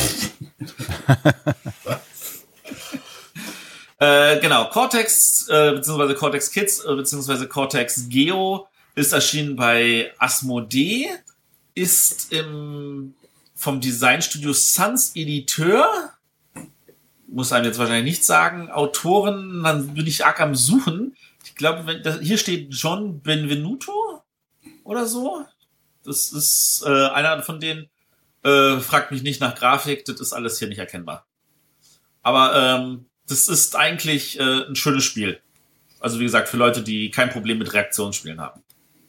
äh, genau, Cortex, äh, beziehungsweise Cortex Kids, äh, beziehungsweise Cortex Geo ist erschienen bei Asmodee, ist im, vom Designstudio Sans Editeur, muss einem jetzt wahrscheinlich nichts sagen, Autoren, dann bin ich arg am Suchen. Ich glaube, hier steht John Benvenuto oder so. Das ist äh, einer von denen. Äh, fragt mich nicht nach Grafik, das ist alles hier nicht erkennbar. Aber ähm, das ist eigentlich äh, ein schönes Spiel. Also wie gesagt, für Leute, die kein Problem mit Reaktionsspielen haben.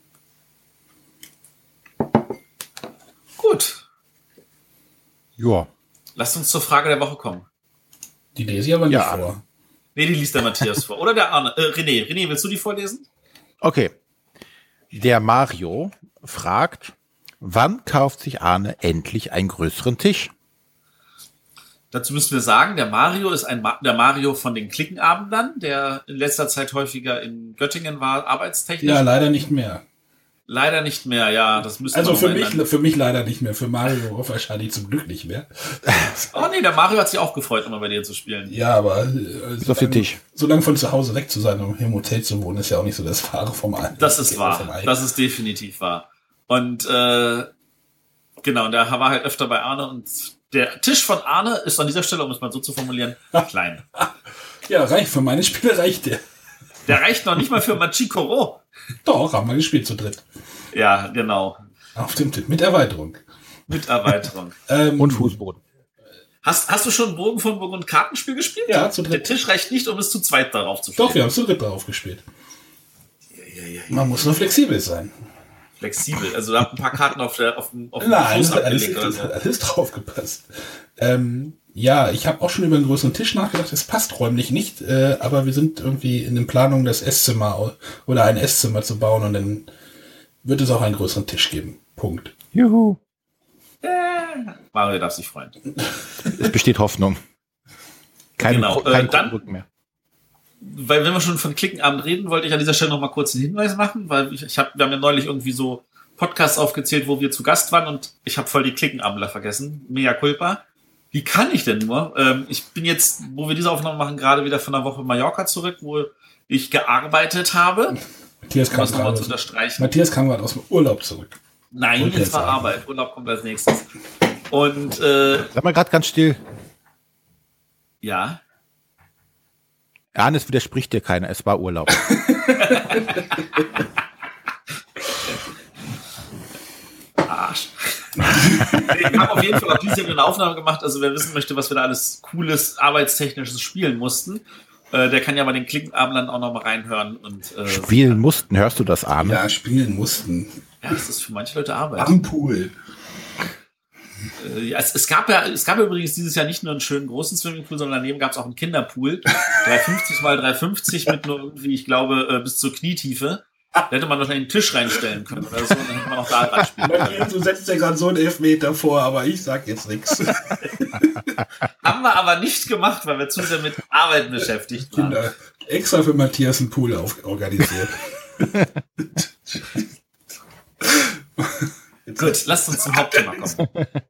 Gut. Ja. Lasst uns zur Frage der Woche kommen. Die lese ich aber nicht Ja. vor. Nee, die liest der Matthias vor. Oder der Arne. Äh, René. René, willst du die vorlesen? Okay. Der Mario fragt, wann kauft sich Arne endlich einen größeren Tisch? Dazu müssen wir sagen, der Mario ist ein Ma- der Mario von den Klickenabendern, der in letzter Zeit häufiger in Göttingen war, arbeitstechnisch. Ja, leider nicht mehr. Leider nicht mehr, ja. Das müssen Also wir für noch mal mich, ändern. für mich leider nicht mehr. Für Mario wahrscheinlich zum Glück nicht mehr. Oh nee, der Mario hat sich auch gefreut, immer bei dir zu spielen. Ja, aber äh, Ist auf den Tisch. so lange von zu Hause weg zu sein, um im Hotel zu wohnen, ist ja auch nicht so das Fahre vom Ei. Das ist Vom wahr. Ei. Das ist definitiv wahr. Und äh, genau, der war halt öfter bei Arne und der Tisch von Arne ist an dieser Stelle, um es mal so zu formulieren, klein. Ja, reicht. Für meine Spiele reicht der. Der reicht noch nicht mal für Machikoro. Doch, haben wir gespielt zu dritt. Ja, genau. Auf dem Tisch, mit Erweiterung. Mit Erweiterung. ähm, Und Fußboden. Hast, hast du schon Burgen von Burgund Kartenspiel gespielt? Ja, zu dritt. Der Tisch reicht nicht, um es zu zweit darauf zu spielen. Doch, wir haben es zu dritt darauf gespielt. Ja, ja, ja, ja. Man muss nur flexibel sein. Flexibel. Also da habt ein paar Karten auf der auf dem auf dem Nein, Fuß das hat alles, abgelegt oder das so. hat alles draufgepasst. Ähm, ja, ich habe auch schon über einen größeren Tisch nachgedacht. Es passt räumlich nicht, äh, aber wir sind irgendwie in den Planungen, das Esszimmer oder ein Esszimmer zu bauen und dann wird es auch einen größeren Tisch geben. Punkt. Juhu. Äh, Mario darf sich freuen. Es besteht Hoffnung. Keine, Genau, kein äh, dann- Rücken mehr. Weil wenn wir schon von Klickenabend reden, wollte ich an dieser Stelle noch mal kurz einen Hinweis machen, weil ich, ich hab, wir haben ja neulich irgendwie so Podcasts aufgezählt, wo wir zu Gast waren und ich habe voll die Klickenabendler vergessen. Mea culpa. Wie kann ich denn nur? Ähm, ich bin jetzt, wo wir diese Aufnahme machen, gerade wieder von einer Woche Mallorca zurück, wo ich gearbeitet habe. Matthias Um kam das nochmal zu gerade unterstreichen. Matthias kam gerade aus dem Urlaub zurück. Nein, Wollte jetzt jetzt war sagen. Arbeit. Urlaub kommt als nächstes. Und äh, Sag mal gerade ganz still. ja, Ernest widerspricht dir keiner. Es war Urlaub. Arsch. Wir haben auf jeden Fall auch diese Jahr eine Aufnahme gemacht. Also wer wissen möchte, was wir da alles Cooles, Arbeitstechnisches spielen mussten, äh, der kann ja bei den Klickenabendern auch noch mal reinhören. Und äh, Spielen mussten. Hörst du das, Arne? Ja, spielen mussten. ja, das ist für manche Leute Arbeit. Am Pool. Äh, ja, es, es gab ja, es gab ja übrigens dieses Jahr nicht nur einen schönen großen Swimmingpool, sondern daneben gab es auch einen Kinderpool. dreihundertfünfzig mal dreihundertfünfzig mit nur irgendwie, ich glaube, äh, bis zur Knietiefe. Da hätte man wahrscheinlich einen Tisch reinstellen können oder so, und dann hätte man auch da dran spielen können. Matthias, du setzt ja gerade so einen Elfmeter vor, aber ich sag jetzt nichts. Haben wir aber nicht gemacht, weil wir zu sehr mit Arbeit beschäftigt waren. Kinder, extra für Matthias einen Pool auf, organisiert. Gut, lasst uns zum Hauptthema kommen.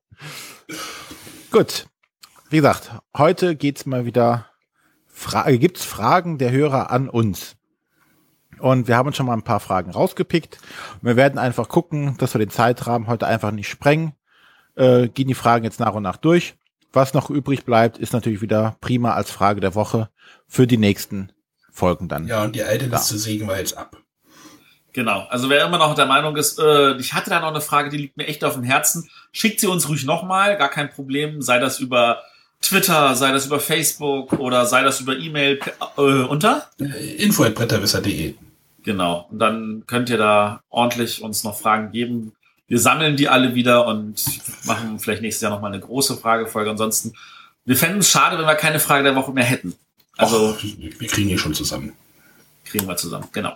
Gut. Wie gesagt, heute geht's mal wieder, Fra- gibt's Fragen der Hörer an uns. Und wir haben uns schon mal ein paar Fragen rausgepickt. Und wir werden einfach gucken, dass wir den Zeitrahmen heute einfach nicht sprengen. Äh, gehen die Fragen jetzt nach und nach durch. Was noch übrig bleibt, ist natürlich wieder prima als Frage der Woche für die nächsten Folgen dann. Ja, und die alte Liste sägen wir jetzt ab. Genau, also wer immer noch der Meinung ist, äh, ich hatte da noch eine Frage, die liegt mir echt auf dem Herzen, schickt sie uns ruhig nochmal, gar kein Problem, sei das über Twitter, sei das über Facebook oder sei das über E-Mail äh, unter? Äh, info at bretterwisser punkt de. Genau, und dann könnt ihr da ordentlich uns noch Fragen geben. Wir sammeln die alle wieder und machen vielleicht nächstes Jahr nochmal eine große Fragefolge. Ansonsten, wir fänden es schade, wenn wir keine Frage der Woche mehr hätten. Also Och, wir kriegen die schon zusammen. kriegen wir zusammen, genau.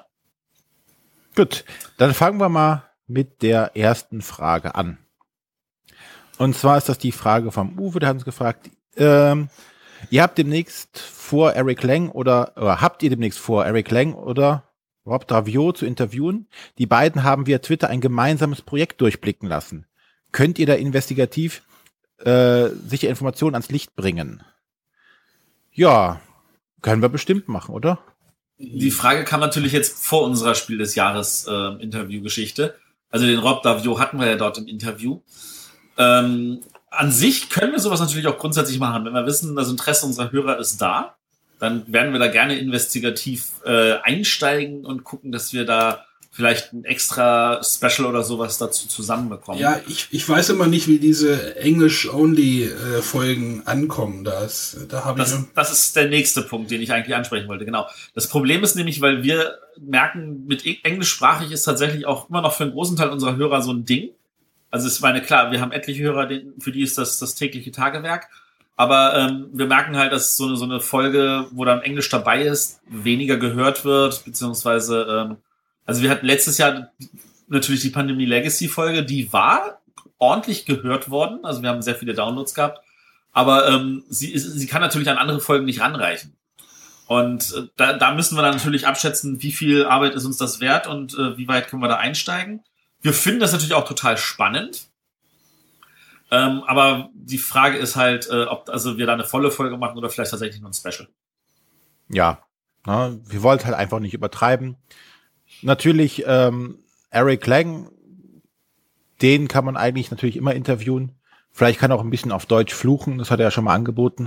Gut, dann fangen wir mal mit der ersten Frage an. Und zwar ist das die Frage vom Uwe, der hat uns gefragt, ähm, ihr habt demnächst vor, Eric Lang oder, oder habt ihr demnächst vor, Eric Lang oder Rob Daviau zu interviewen? Die beiden haben via Twitter ein gemeinsames Projekt durchblicken lassen. Könnt ihr da investigativ äh, sicher Informationen ans Licht bringen? Ja, können wir bestimmt machen, oder? Die Frage kam natürlich jetzt vor unserer Spiel des Jahres äh, Interviewgeschichte. Also den Rob Daviau hatten wir ja dort im Interview. Ähm, an sich können wir sowas natürlich auch grundsätzlich machen. Wenn wir wissen, das Interesse unserer Hörer ist da, dann werden wir da gerne investigativ äh, einsteigen und gucken, dass wir da vielleicht ein extra Special oder sowas dazu zusammenbekommen. Ja, ich, ich weiß immer nicht, wie diese English-Only-Folgen ankommen. Das, da habe ich. Das, das ist der nächste Punkt, den ich eigentlich ansprechen wollte. Genau. Das Problem ist nämlich, weil wir merken, mit englischsprachig ist tatsächlich auch immer noch für einen großen Teil unserer Hörer so ein Ding. Also ich meine, klar, wir haben etliche Hörer, für die ist das das tägliche Tagewerk. Aber ähm, wir merken halt, dass so eine, so eine Folge, wo dann Englisch dabei ist, weniger gehört wird, beziehungsweise ähm, also wir hatten letztes Jahr natürlich die Pandemie Legacy Folge, die war ordentlich gehört worden. Also wir haben sehr viele Downloads gehabt. Aber ähm, sie, ist, sie kann natürlich an andere Folgen nicht ranreichen. Und äh, da, da müssen wir dann natürlich abschätzen, wie viel Arbeit ist uns das wert und äh, wie weit können wir da einsteigen. Wir finden das natürlich auch total spannend. Ähm, aber die Frage ist halt, äh, ob also wir da eine volle Folge machen oder vielleicht tatsächlich nur ein Special. Ja, na, wir wollten halt einfach nicht übertreiben. Natürlich, ähm, Eric Lang, den kann man eigentlich natürlich immer interviewen. Vielleicht kann er auch ein bisschen auf Deutsch fluchen, das hat er ja schon mal angeboten,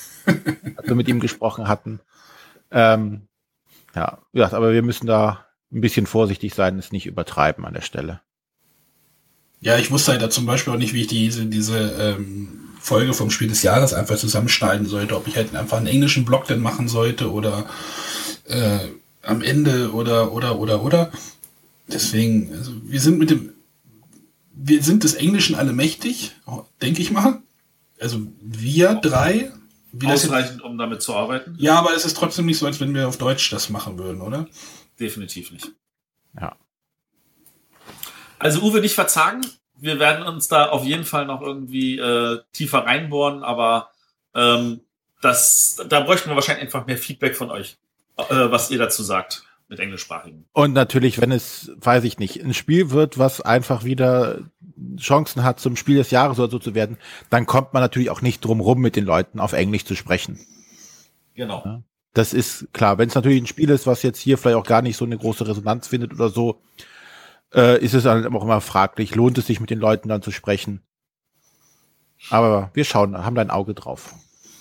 als wir mit ihm gesprochen hatten. Ähm, ja, ja, aber wir müssen da ein bisschen vorsichtig sein, es nicht übertreiben an der Stelle. Ja, ich wusste halt da zum Beispiel auch nicht, wie ich diese, diese ähm, Folge vom Spiel des Jahres einfach zusammenschneiden sollte. Ob ich halt einfach einen englischen Block dann machen sollte oder äh, am Ende oder, oder, oder, oder. Deswegen, also wir sind mit dem, wir sind des Englischen alle mächtig, denke ich mal. Also wir drei. Wie Ausreichend, das um damit zu arbeiten? Ja, aber es ist trotzdem nicht so, als wenn wir auf Deutsch das machen würden, oder? Definitiv nicht. Ja. Also Uwe, nicht verzagen. Wir werden uns da auf jeden Fall noch irgendwie äh, tiefer reinbohren, aber ähm, das, da bräuchten wir wahrscheinlich einfach mehr Feedback von euch, äh, was ihr dazu sagt mit englischsprachigen. Und natürlich, wenn es, weiß ich nicht, ein Spiel wird, was einfach wieder Chancen hat, zum Spiel des Jahres oder so zu werden, dann kommt man natürlich auch nicht drum rum, mit den Leuten auf Englisch zu sprechen. Genau. Ja, das ist klar. Wenn es natürlich ein Spiel ist, was jetzt hier vielleicht auch gar nicht so eine große Resonanz findet oder so, äh, ist es dann auch immer fraglich, lohnt es sich mit den Leuten dann zu sprechen? Aber wir schauen, haben da ein Auge drauf.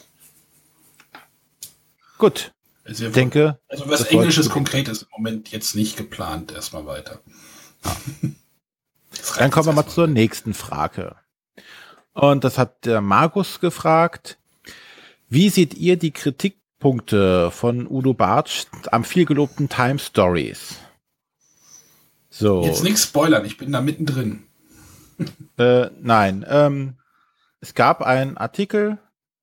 Gut. Also ich denke, also was Englisches konkret ist im Moment jetzt nicht geplant, erstmal weiter. Ja. Dann kommen wir mal zur nächsten Frage. Und das hat der Markus gefragt. Wie seht ihr die Kritikpunkte von Udo Bartsch am vielgelobten Time Stories? So. Jetzt nichts spoilern, ich bin da mittendrin. Äh, nein, ähm, es gab einen Artikel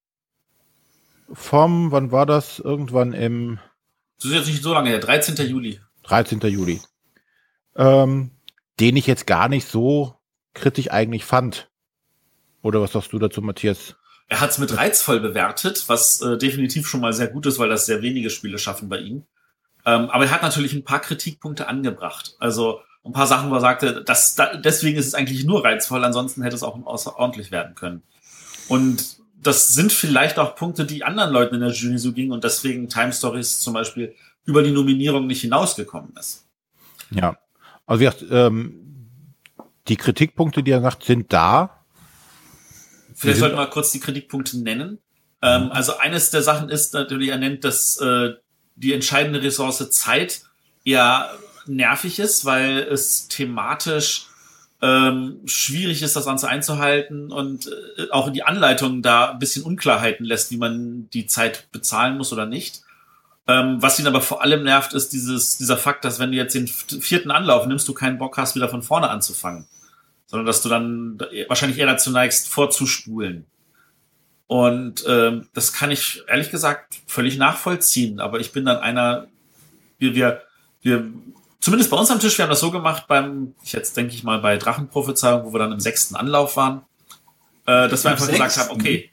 vom, wann war das? Irgendwann im... Das ist jetzt nicht so lange her, dreizehnten Juli. dreizehnten Juli. Ähm, den ich jetzt gar nicht so kritisch eigentlich fand. Oder was sagst du dazu, Matthias? Er hat es mit reizvoll bewertet, was äh, definitiv schon mal sehr gut ist, weil das sehr wenige Spiele schaffen bei ihm. Ähm, aber er hat natürlich ein paar Kritikpunkte angebracht. Also ein paar Sachen, wo er sagte, das, da, deswegen ist es eigentlich nur reizvoll, ansonsten hätte es auch außerordentlich werden können. Und das sind vielleicht auch Punkte, die anderen Leuten in der Jury so gingen und deswegen Time Stories zum Beispiel über die Nominierung nicht hinausgekommen ist. Ja, also wie gesagt, ähm, die Kritikpunkte, die er sagt, sind da. Vielleicht sollten wir mal kurz die Kritikpunkte nennen. Ähm, also eines der Sachen ist natürlich, er nennt, dass äh, die entscheidende Ressource Zeit eher nervig ist, weil es thematisch ähm, schwierig ist, das Ganze einzuhalten und äh, auch in die Anleitung da ein bisschen Unklarheiten lässt, wie man die Zeit bezahlen muss oder nicht. Ähm, was ihn aber vor allem nervt, ist dieses dieser Fakt, dass wenn du jetzt den vierten Anlauf nimmst, du keinen Bock hast, wieder von vorne anzufangen, sondern dass du dann wahrscheinlich eher dazu neigst, vorzuspulen. Und ähm, das kann ich ehrlich gesagt völlig nachvollziehen, aber ich bin dann einer, wir, wir, wir zumindest bei uns am Tisch, wir haben das so gemacht beim, ich jetzt denke ich mal bei Drachenprophezeiung, wo wir dann im sechsten Anlauf waren, äh, dass wir einfach gesagt haben, okay,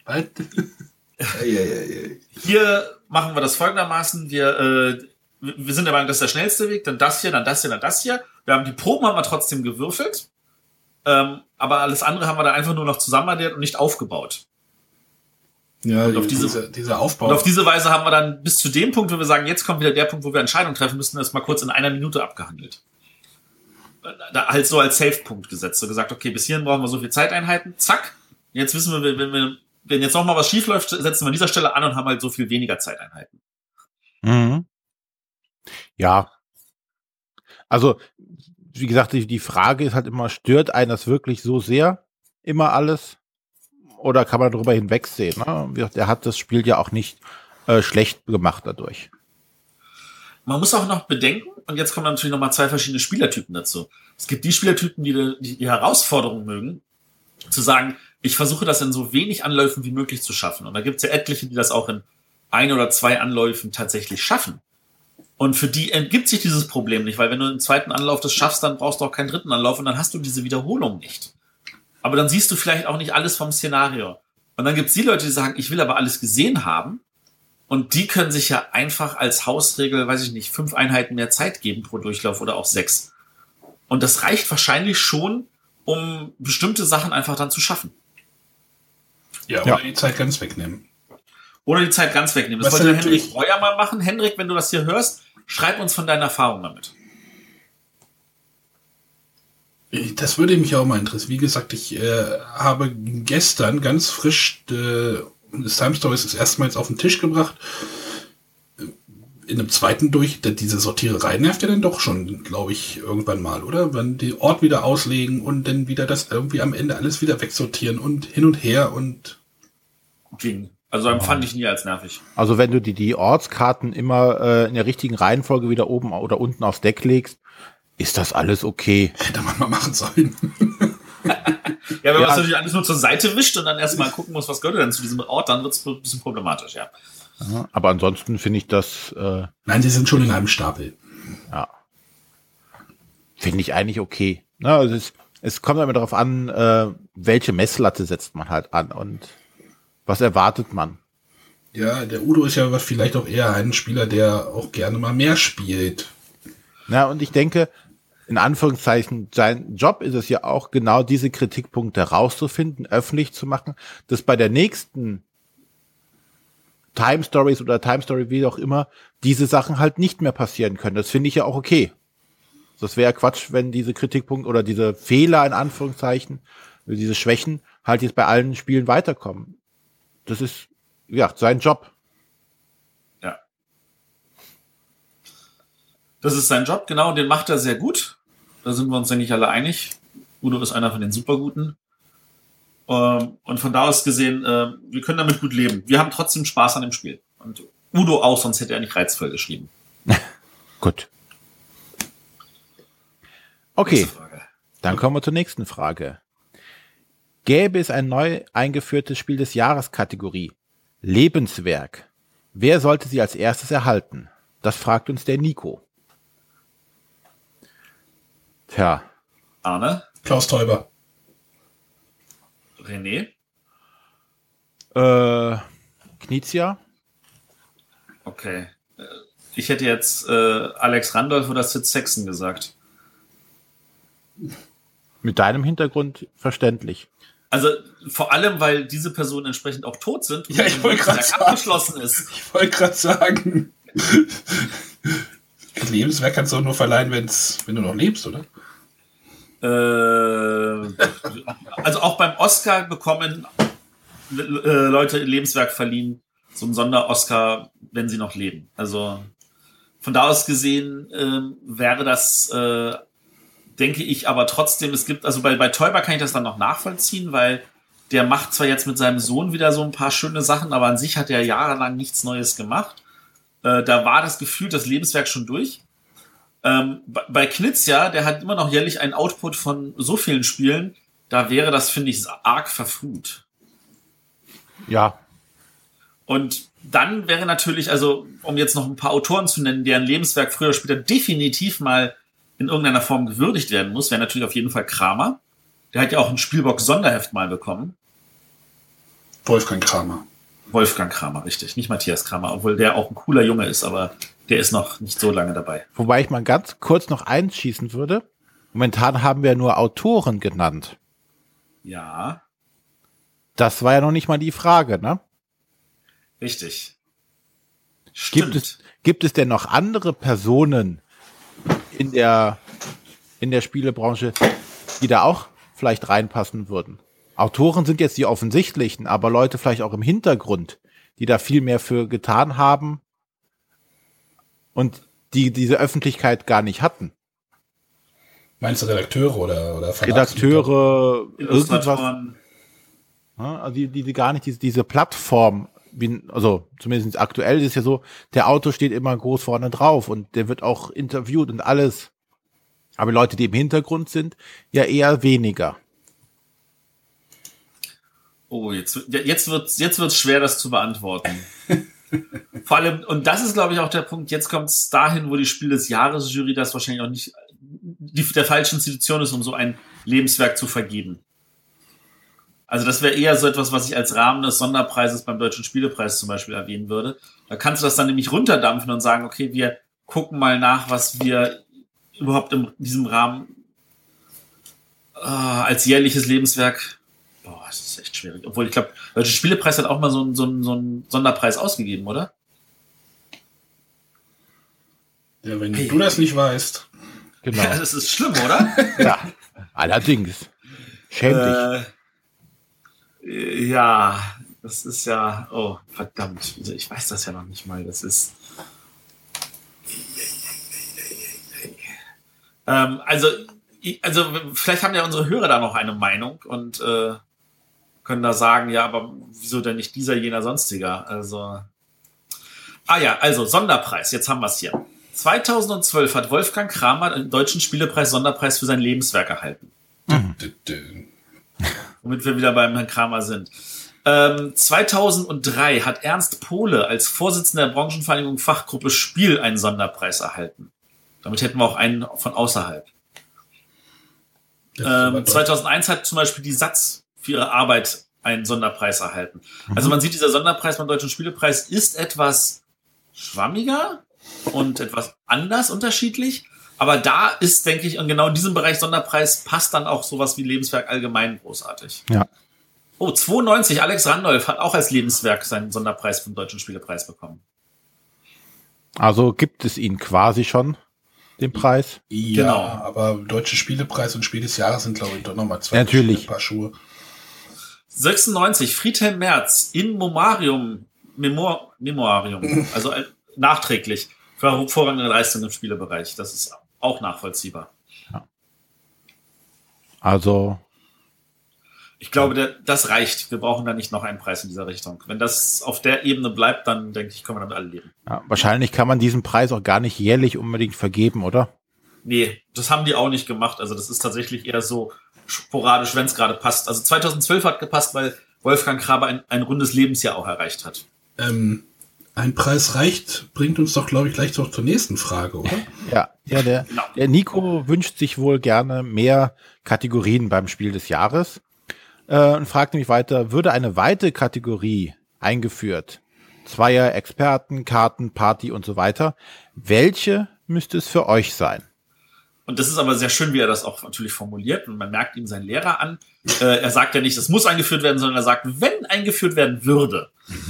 hier machen wir das folgendermaßen, wir, äh, wir sind der Meinung, das ist der schnellste Weg, dann das hier, dann das hier, dann das hier. Wir haben die Proben haben wir trotzdem gewürfelt, ähm, aber alles andere haben wir da einfach nur noch zusammenaddiert und nicht aufgebaut. Ja, und auf diese, diese, dieser Aufbau. Und auf diese Weise haben wir dann bis zu dem Punkt, wo wir sagen, jetzt kommt wieder der Punkt, wo wir Entscheidungen treffen müssen, das mal kurz in einer Minute abgehandelt. Da halt so als Safe-Punkt gesetzt. So gesagt, okay, bis hierhin brauchen wir so viel Zeiteinheiten. Zack. Jetzt wissen wir, wenn wir, wenn jetzt noch mal was schief läuft, setzen wir an dieser Stelle an und haben halt so viel weniger Zeiteinheiten. Mhm. Ja. Also, wie gesagt, die, die Frage ist halt immer, stört einen das wirklich so sehr? Immer alles? Oder kann man darüber hinwegsehen? Ne? Der hat das Spiel ja auch nicht äh, schlecht gemacht dadurch. Man muss auch noch bedenken, und jetzt kommen natürlich noch mal zwei verschiedene Spielertypen dazu. Es gibt die Spielertypen, die die, die Herausforderung mögen, zu sagen, ich versuche das in so wenig Anläufen wie möglich zu schaffen. Und da gibt es ja etliche, die das auch in ein oder zwei Anläufen tatsächlich schaffen. Und für die entgibt sich dieses Problem nicht, weil wenn du im zweiten Anlauf das schaffst, dann brauchst du auch keinen dritten Anlauf und dann hast du diese Wiederholung nicht. Aber dann siehst du vielleicht auch nicht alles vom Szenario. Und dann gibt es die Leute, die sagen, ich will aber alles gesehen haben. Und die können sich ja einfach als Hausregel, weiß ich nicht, fünf Einheiten mehr Zeit geben pro Durchlauf oder auch sechs. Und das reicht wahrscheinlich schon, um bestimmte Sachen einfach dann zu schaffen. Ja, oder ja. die Zeit ganz wegnehmen. Oder die Zeit ganz wegnehmen. Das Was wollte der Henrik Breuer mal machen. Henrik, wenn du das hier hörst, schreib uns von deinen Erfahrungen damit. Das würde mich auch mal interessieren. Wie gesagt, ich äh, habe gestern ganz frisch äh, das Time Stories das erstmals auf den Tisch gebracht. in einem zweiten durch, diese Sortiererei nervt ja dann doch schon, glaube ich, irgendwann mal, oder? Wenn die Ort wieder auslegen und dann wieder das irgendwie am Ende alles wieder wegsortieren und hin und her und... Ging. Also empfand ich nie als nervig. Also wenn du die, die Ortskarten immer äh, in der richtigen Reihenfolge wieder oben oder unten aufs Deck legst, ist das alles okay. Hätte man mal machen sollen. Ja, wenn man Ja. das natürlich alles nur zur Seite wischt und dann erstmal gucken muss, was gehört denn zu diesem Ort, dann wird es ein bisschen problematisch, ja. Ja, aber ansonsten finde ich das, äh, Nein, die sind schon in einem Stapel. ja, finde ich eigentlich okay. Na, also es, es kommt immer darauf an, äh, welche Messlatte setzt man halt an und was erwartet man. Ja, der Udo ist ja vielleicht auch eher ein Spieler, der auch gerne mal mehr spielt. Na, und ich denke, in Anführungszeichen, sein Job ist es ja auch, genau diese Kritikpunkte rauszufinden, öffentlich zu machen, dass bei der nächsten Time Stories oder Time Story, wie auch immer, diese Sachen halt nicht mehr passieren können. Das finde ich ja auch okay. Das wäre Quatsch, wenn diese Kritikpunkte oder diese Fehler in Anführungszeichen, diese Schwächen halt jetzt bei allen Spielen weiterkommen. Das ist, ja, sein Job. Ja. Das ist sein Job, genau, und den macht er sehr gut. Da sind wir uns, denke ich, alle einig. Udo ist einer von den Superguten. Ähm, und von da aus gesehen, äh, wir können damit gut leben. Wir haben trotzdem Spaß an dem Spiel. Und Udo auch, sonst hätte er nicht reizvoll geschrieben. Gut. Okay, Nächste Frage. dann kommen wir zur nächsten Frage. Gäbe es ein neu eingeführtes Spiel des Jahres Kategorie Lebenswerk, wer sollte sie als erstes erhalten? Das fragt uns der Nico. Tja, Arne? Klaus Teuber. René? äh, Knizia? Okay. Äh, Ich hätte jetzt äh, Alex Randolph oder Sid Sexton gesagt. Mit deinem Hintergrund verständlich. Also vor allem, weil diese Personen entsprechend auch tot sind und Ja, ich wollte gerade das sagen. abgeschlossen ist. Ich wollte gerade sagen. Lebenswerk kannst du auch nur verleihen, wenn's, wenn du noch lebst, oder? Äh, also auch beim Oscar bekommen äh, Leute Lebenswerk verliehen, so ein Sonder-Oscar, wenn sie noch leben. Also von da aus gesehen äh, wäre das, äh, denke ich, aber trotzdem, es gibt, also bei, bei Teuber kann ich das dann noch nachvollziehen, weil der macht zwar jetzt mit seinem Sohn wieder so ein paar schöne Sachen, aber an sich hat er jahrelang nichts Neues gemacht. Äh, da war das Gefühl, das Lebenswerk schon durch. Ähm, bei Knizia, der hat immer noch jährlich einen Output von so vielen Spielen, da wäre das, finde ich, arg verfrüht. Ja, Und dann wäre natürlich, also um jetzt noch ein paar Autoren zu nennen, deren Lebenswerk früher oder später definitiv mal in irgendeiner Form gewürdigt werden muss, wäre natürlich auf jeden Fall Kramer. Der hat ja auch ein Spielbox-Sonderheft mal bekommen. Wolfgang Kramer. Wolfgang Kramer, richtig. Nicht Matthias Kramer, obwohl der auch ein cooler Junge ist, aber der ist noch nicht so lange dabei. wobei ich mal ganz kurz noch einschießen würde. Momentan haben wir nur Autoren genannt. Ja, Das war ja noch nicht mal die Frage, ne? richtig. Gibt es, gibt es denn noch andere Personen in der, in der Spielebranche, die da auch vielleicht reinpassen würden? Autoren sind jetzt die offensichtlichen, aber Leute vielleicht auch im Hintergrund, die da viel mehr für getan haben und die diese Öffentlichkeit gar nicht hatten. Meinst du Redakteure oder, oder Verlags- Redakteure, irgendwas, Illustratoren. ja, also die, die, die gar nicht diese, diese Plattform, wie, also zumindest aktuell ist es ja so, der Autor steht immer groß vorne drauf und der wird auch interviewt und alles. Aber Leute, die im Hintergrund sind, ja eher weniger. Oh, jetzt, jetzt wird jetzt wird's schwer, das zu beantworten. Vor allem, und das ist, glaube ich, auch der Punkt, jetzt kommt es dahin, wo die Spiel des Jahres Jury das wahrscheinlich auch nicht die, der falschen Institution ist, um so ein Lebenswerk zu vergeben. Also das wäre eher so etwas, was ich als Rahmen des Sonderpreises beim Deutschen Spielepreis zum Beispiel erwähnen würde. Da kannst du das dann nämlich runterdampfen und sagen, okay, wir gucken mal nach, was wir überhaupt in diesem Rahmen äh, als jährliches Lebenswerk. Boah, das ist echt schwierig. Obwohl, ich glaube, der Deutsche Spielepreis hat auch mal so einen, so einen, so einen Sonderpreis ausgegeben, oder? Ja, wenn du das nicht weißt. Genau. Ja, das ist schlimm, oder? Ja, allerdings. Schäm dich. Äh, ja, das ist ja, oh, verdammt. Ich weiß das ja noch nicht mal. Das ist, Ähm, also, also, vielleicht haben ja unsere Hörer da noch eine Meinung und äh, können da sagen, ja, aber wieso denn nicht dieser, jener, sonstiger? Also, ah ja, also Sonderpreis, jetzt haben wir es hier. zweitausendzwölf hat Wolfgang Kramer den Deutschen Spielepreis Sonderpreis für sein Lebenswerk erhalten. Mhm. Womit wir wieder beim Herrn Kramer sind. Ähm, zweitausenddrei hat Ernst Pohle als Vorsitzender der Branchenvereinigung Fachgruppe Spiel einen Sonderpreis erhalten. Damit hätten wir auch einen von außerhalb. Ähm, zweitausendeins hat zum Beispiel die Satz für ihre Arbeit einen Sonderpreis erhalten. Mhm. Also man sieht, dieser Sonderpreis beim Deutschen Spielepreis ist etwas schwammiger und etwas anders unterschiedlich. Aber da ist, denke ich, und genau in diesem Bereich Sonderpreis passt dann auch sowas wie Lebenswerk allgemein großartig. Ja. Oh, zweiundneunzig, Alex Randolph hat auch als Lebenswerk seinen Sonderpreis vom Deutschen Spielepreis bekommen. Also gibt es ihn quasi schon, den Preis? Ja, genau. Aber Deutsche Spielepreis und Spiel des Jahres sind, glaube ich, doch nochmal zwei Natürlich. Paar Schuhe. sechsundneunzig, Friedhelm Merz, in Memorium, Memor, Memorium, also nachträglich für hervorragende Leistung im Spielebereich. Das ist auch nachvollziehbar. Ja. Also ich glaube, der, das reicht. Wir brauchen da nicht noch einen Preis in dieser Richtung. Wenn das auf der Ebene bleibt, dann denke ich, können wir damit alle leben. Ja, wahrscheinlich kann man diesen Preis auch gar nicht jährlich unbedingt vergeben, oder? Nee, das haben die auch nicht gemacht. Also das ist tatsächlich eher so sporadisch, wenn es gerade passt. Also zweitausendzwölf hat gepasst, weil Wolfgang Kramer ein, ein rundes Lebensjahr auch erreicht hat. Ähm, ein Preis reicht, bringt uns doch, glaube ich, gleich zur nächsten Frage, oder? Ja, ja der, genau. der Nico wünscht sich wohl gerne mehr Kategorien beim Spiel des Jahres. Und fragt nämlich weiter, würde eine weitere Kategorie eingeführt, Zweier, Experten, Karten, Party und so weiter, welche müsste es für euch sein? Und das ist aber sehr schön, wie er das auch natürlich formuliert und man merkt ihm seinen Lehrer an. Äh, er sagt ja nicht, es muss eingeführt werden, sondern er sagt, wenn eingeführt werden würde.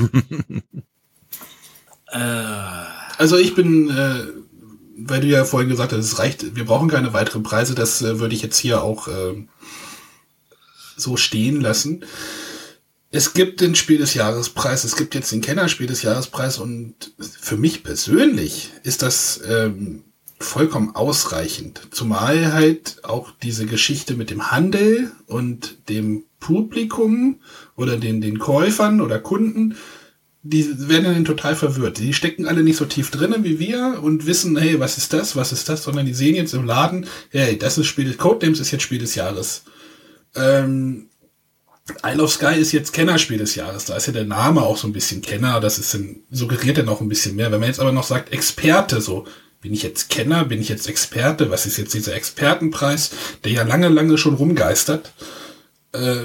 äh. Also ich bin, äh, weil du ja vorhin gesagt hast, es reicht, wir brauchen keine weiteren Preise, das äh, würde ich jetzt hier auch äh, so stehen lassen. Es gibt den Spiel des Jahrespreis, es gibt jetzt den Kennerspiel des Jahrespreis und für mich persönlich ist das ähm, vollkommen ausreichend. Zumal halt auch diese Geschichte mit dem Handel und dem Publikum oder den, den Käufern oder Kunden, die werden dann total verwirrt. Die stecken alle nicht so tief drinnen wie wir und wissen, hey, was ist das, was ist das, sondern die sehen jetzt im Laden, hey, das ist Spiel des Codenames, ist jetzt Spiel des Jahres. Ähm, Isle of Sky ist jetzt Kennerspiel des Jahres. Da ist ja der Name auch so ein bisschen Kenner. Das ist ein, suggeriert dann auch ein bisschen mehr. Wenn man jetzt aber noch sagt Experte, so, bin ich jetzt Kenner, bin ich jetzt Experte? Was ist jetzt dieser Expertenpreis, der ja lange, lange schon rumgeistert? Äh,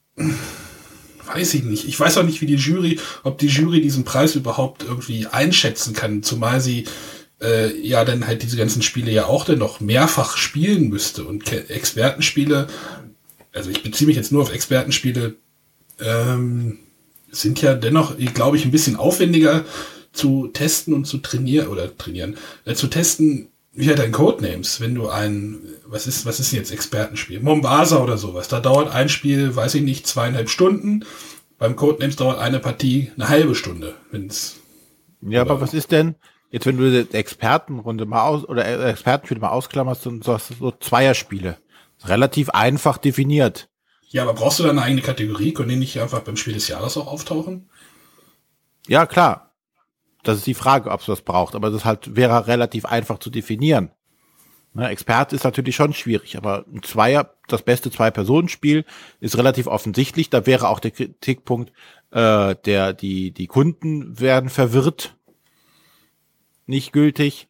weiß ich nicht. Ich weiß auch nicht, wie die Jury, ob die Jury diesen Preis überhaupt irgendwie einschätzen kann, zumal sie äh, ja dann halt diese ganzen Spiele ja auch dann noch mehrfach spielen müsste und Ke- Expertenspiele. Also ich beziehe mich jetzt nur auf Expertenspiele, ähm, sind ja dennoch, glaube ich, ein bisschen aufwendiger zu testen und zu trainieren, oder trainieren, äh, zu testen, wie halt dein Codenames, wenn du ein, was ist, was ist denn jetzt Expertenspiel? Mombasa oder sowas, da dauert ein Spiel, weiß ich nicht, zweieinhalb Stunden, beim Codenames dauert eine Partie eine halbe Stunde, wenn's. Ja, aber was ist denn, jetzt wenn du die Expertenrunde mal aus, oder Expertenspiele mal ausklammerst und so hast du so Zweierspiele. Relativ einfach definiert. Ja, aber brauchst du da eine eigene Kategorie? Können die nicht einfach beim Spiel des Jahres auch auftauchen? Ja, klar. Das ist die Frage, ob es das braucht. Aber das halt wäre relativ einfach zu definieren. Ne, Experte ist natürlich schon schwierig, aber ein Zweier, das beste Zwei-Personen-Spiel ist relativ offensichtlich. Da wäre auch der Kritikpunkt, äh, der die die Kunden werden verwirrt, nicht gültig.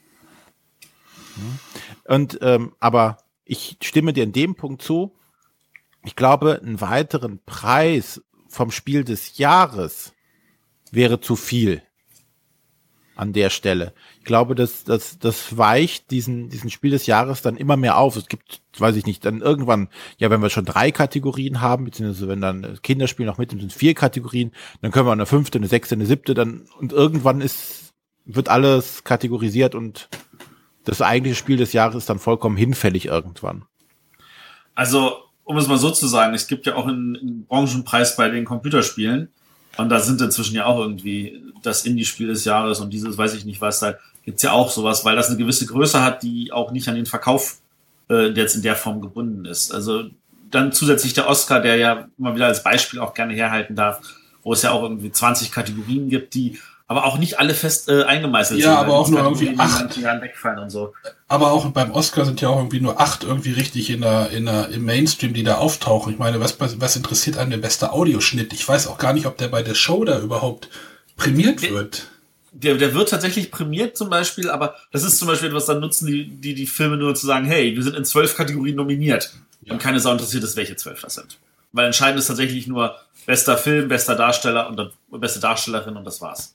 Und ähm, aber ich stimme dir in dem Punkt zu. Ich glaube, einen weiteren Preis vom Spiel des Jahres wäre zu viel an der Stelle. Ich glaube, das, das, das weicht diesen, diesen Spiel des Jahres dann immer mehr auf. Es gibt, weiß ich nicht, dann irgendwann, ja, wenn wir schon drei Kategorien haben, beziehungsweise wenn dann das Kinderspiel noch mit sind vier Kategorien, dann können wir eine fünfte, eine sechste, eine siebte, dann, und irgendwann ist, wird alles kategorisiert und das eigentliche Spiel des Jahres ist dann vollkommen hinfällig irgendwann. Also, um es mal so zu sagen, es gibt ja auch einen, einen Branchenpreis bei den Computerspielen. Und da sind inzwischen ja auch irgendwie das Indie-Spiel des Jahres und dieses, weiß ich nicht was, da gibt's ja auch sowas, weil das eine gewisse Größe hat, die auch nicht an den Verkauf äh, jetzt in der Form gebunden ist. Also dann zusätzlich der Oscar, der ja immer wieder als Beispiel auch gerne herhalten darf, wo es ja auch irgendwie zwanzig Kategorien gibt, die aber auch nicht alle fest äh, eingemeißelt ja, sind. Ja, aber auch nur irgendwie acht. Jahren wegfallen und so. Aber auch beim Oscar sind ja auch irgendwie nur acht irgendwie richtig in der, in der, im Mainstream, die da auftauchen. Ich meine, was, was interessiert einen der beste Audioschnitt? Ich weiß auch gar nicht, ob der bei der Show da überhaupt prämiert der, wird. Der, der wird tatsächlich prämiert zum Beispiel, aber das ist zum Beispiel etwas, dann nutzen die, die, die Filme nur zu sagen, hey, wir sind in zwölf Kategorien nominiert. Ja. Und keine Sau interessiert ist, welche zwölf das sind. Weil entscheidend ist tatsächlich nur bester Film, bester Darsteller und dann beste Darstellerin und das war's.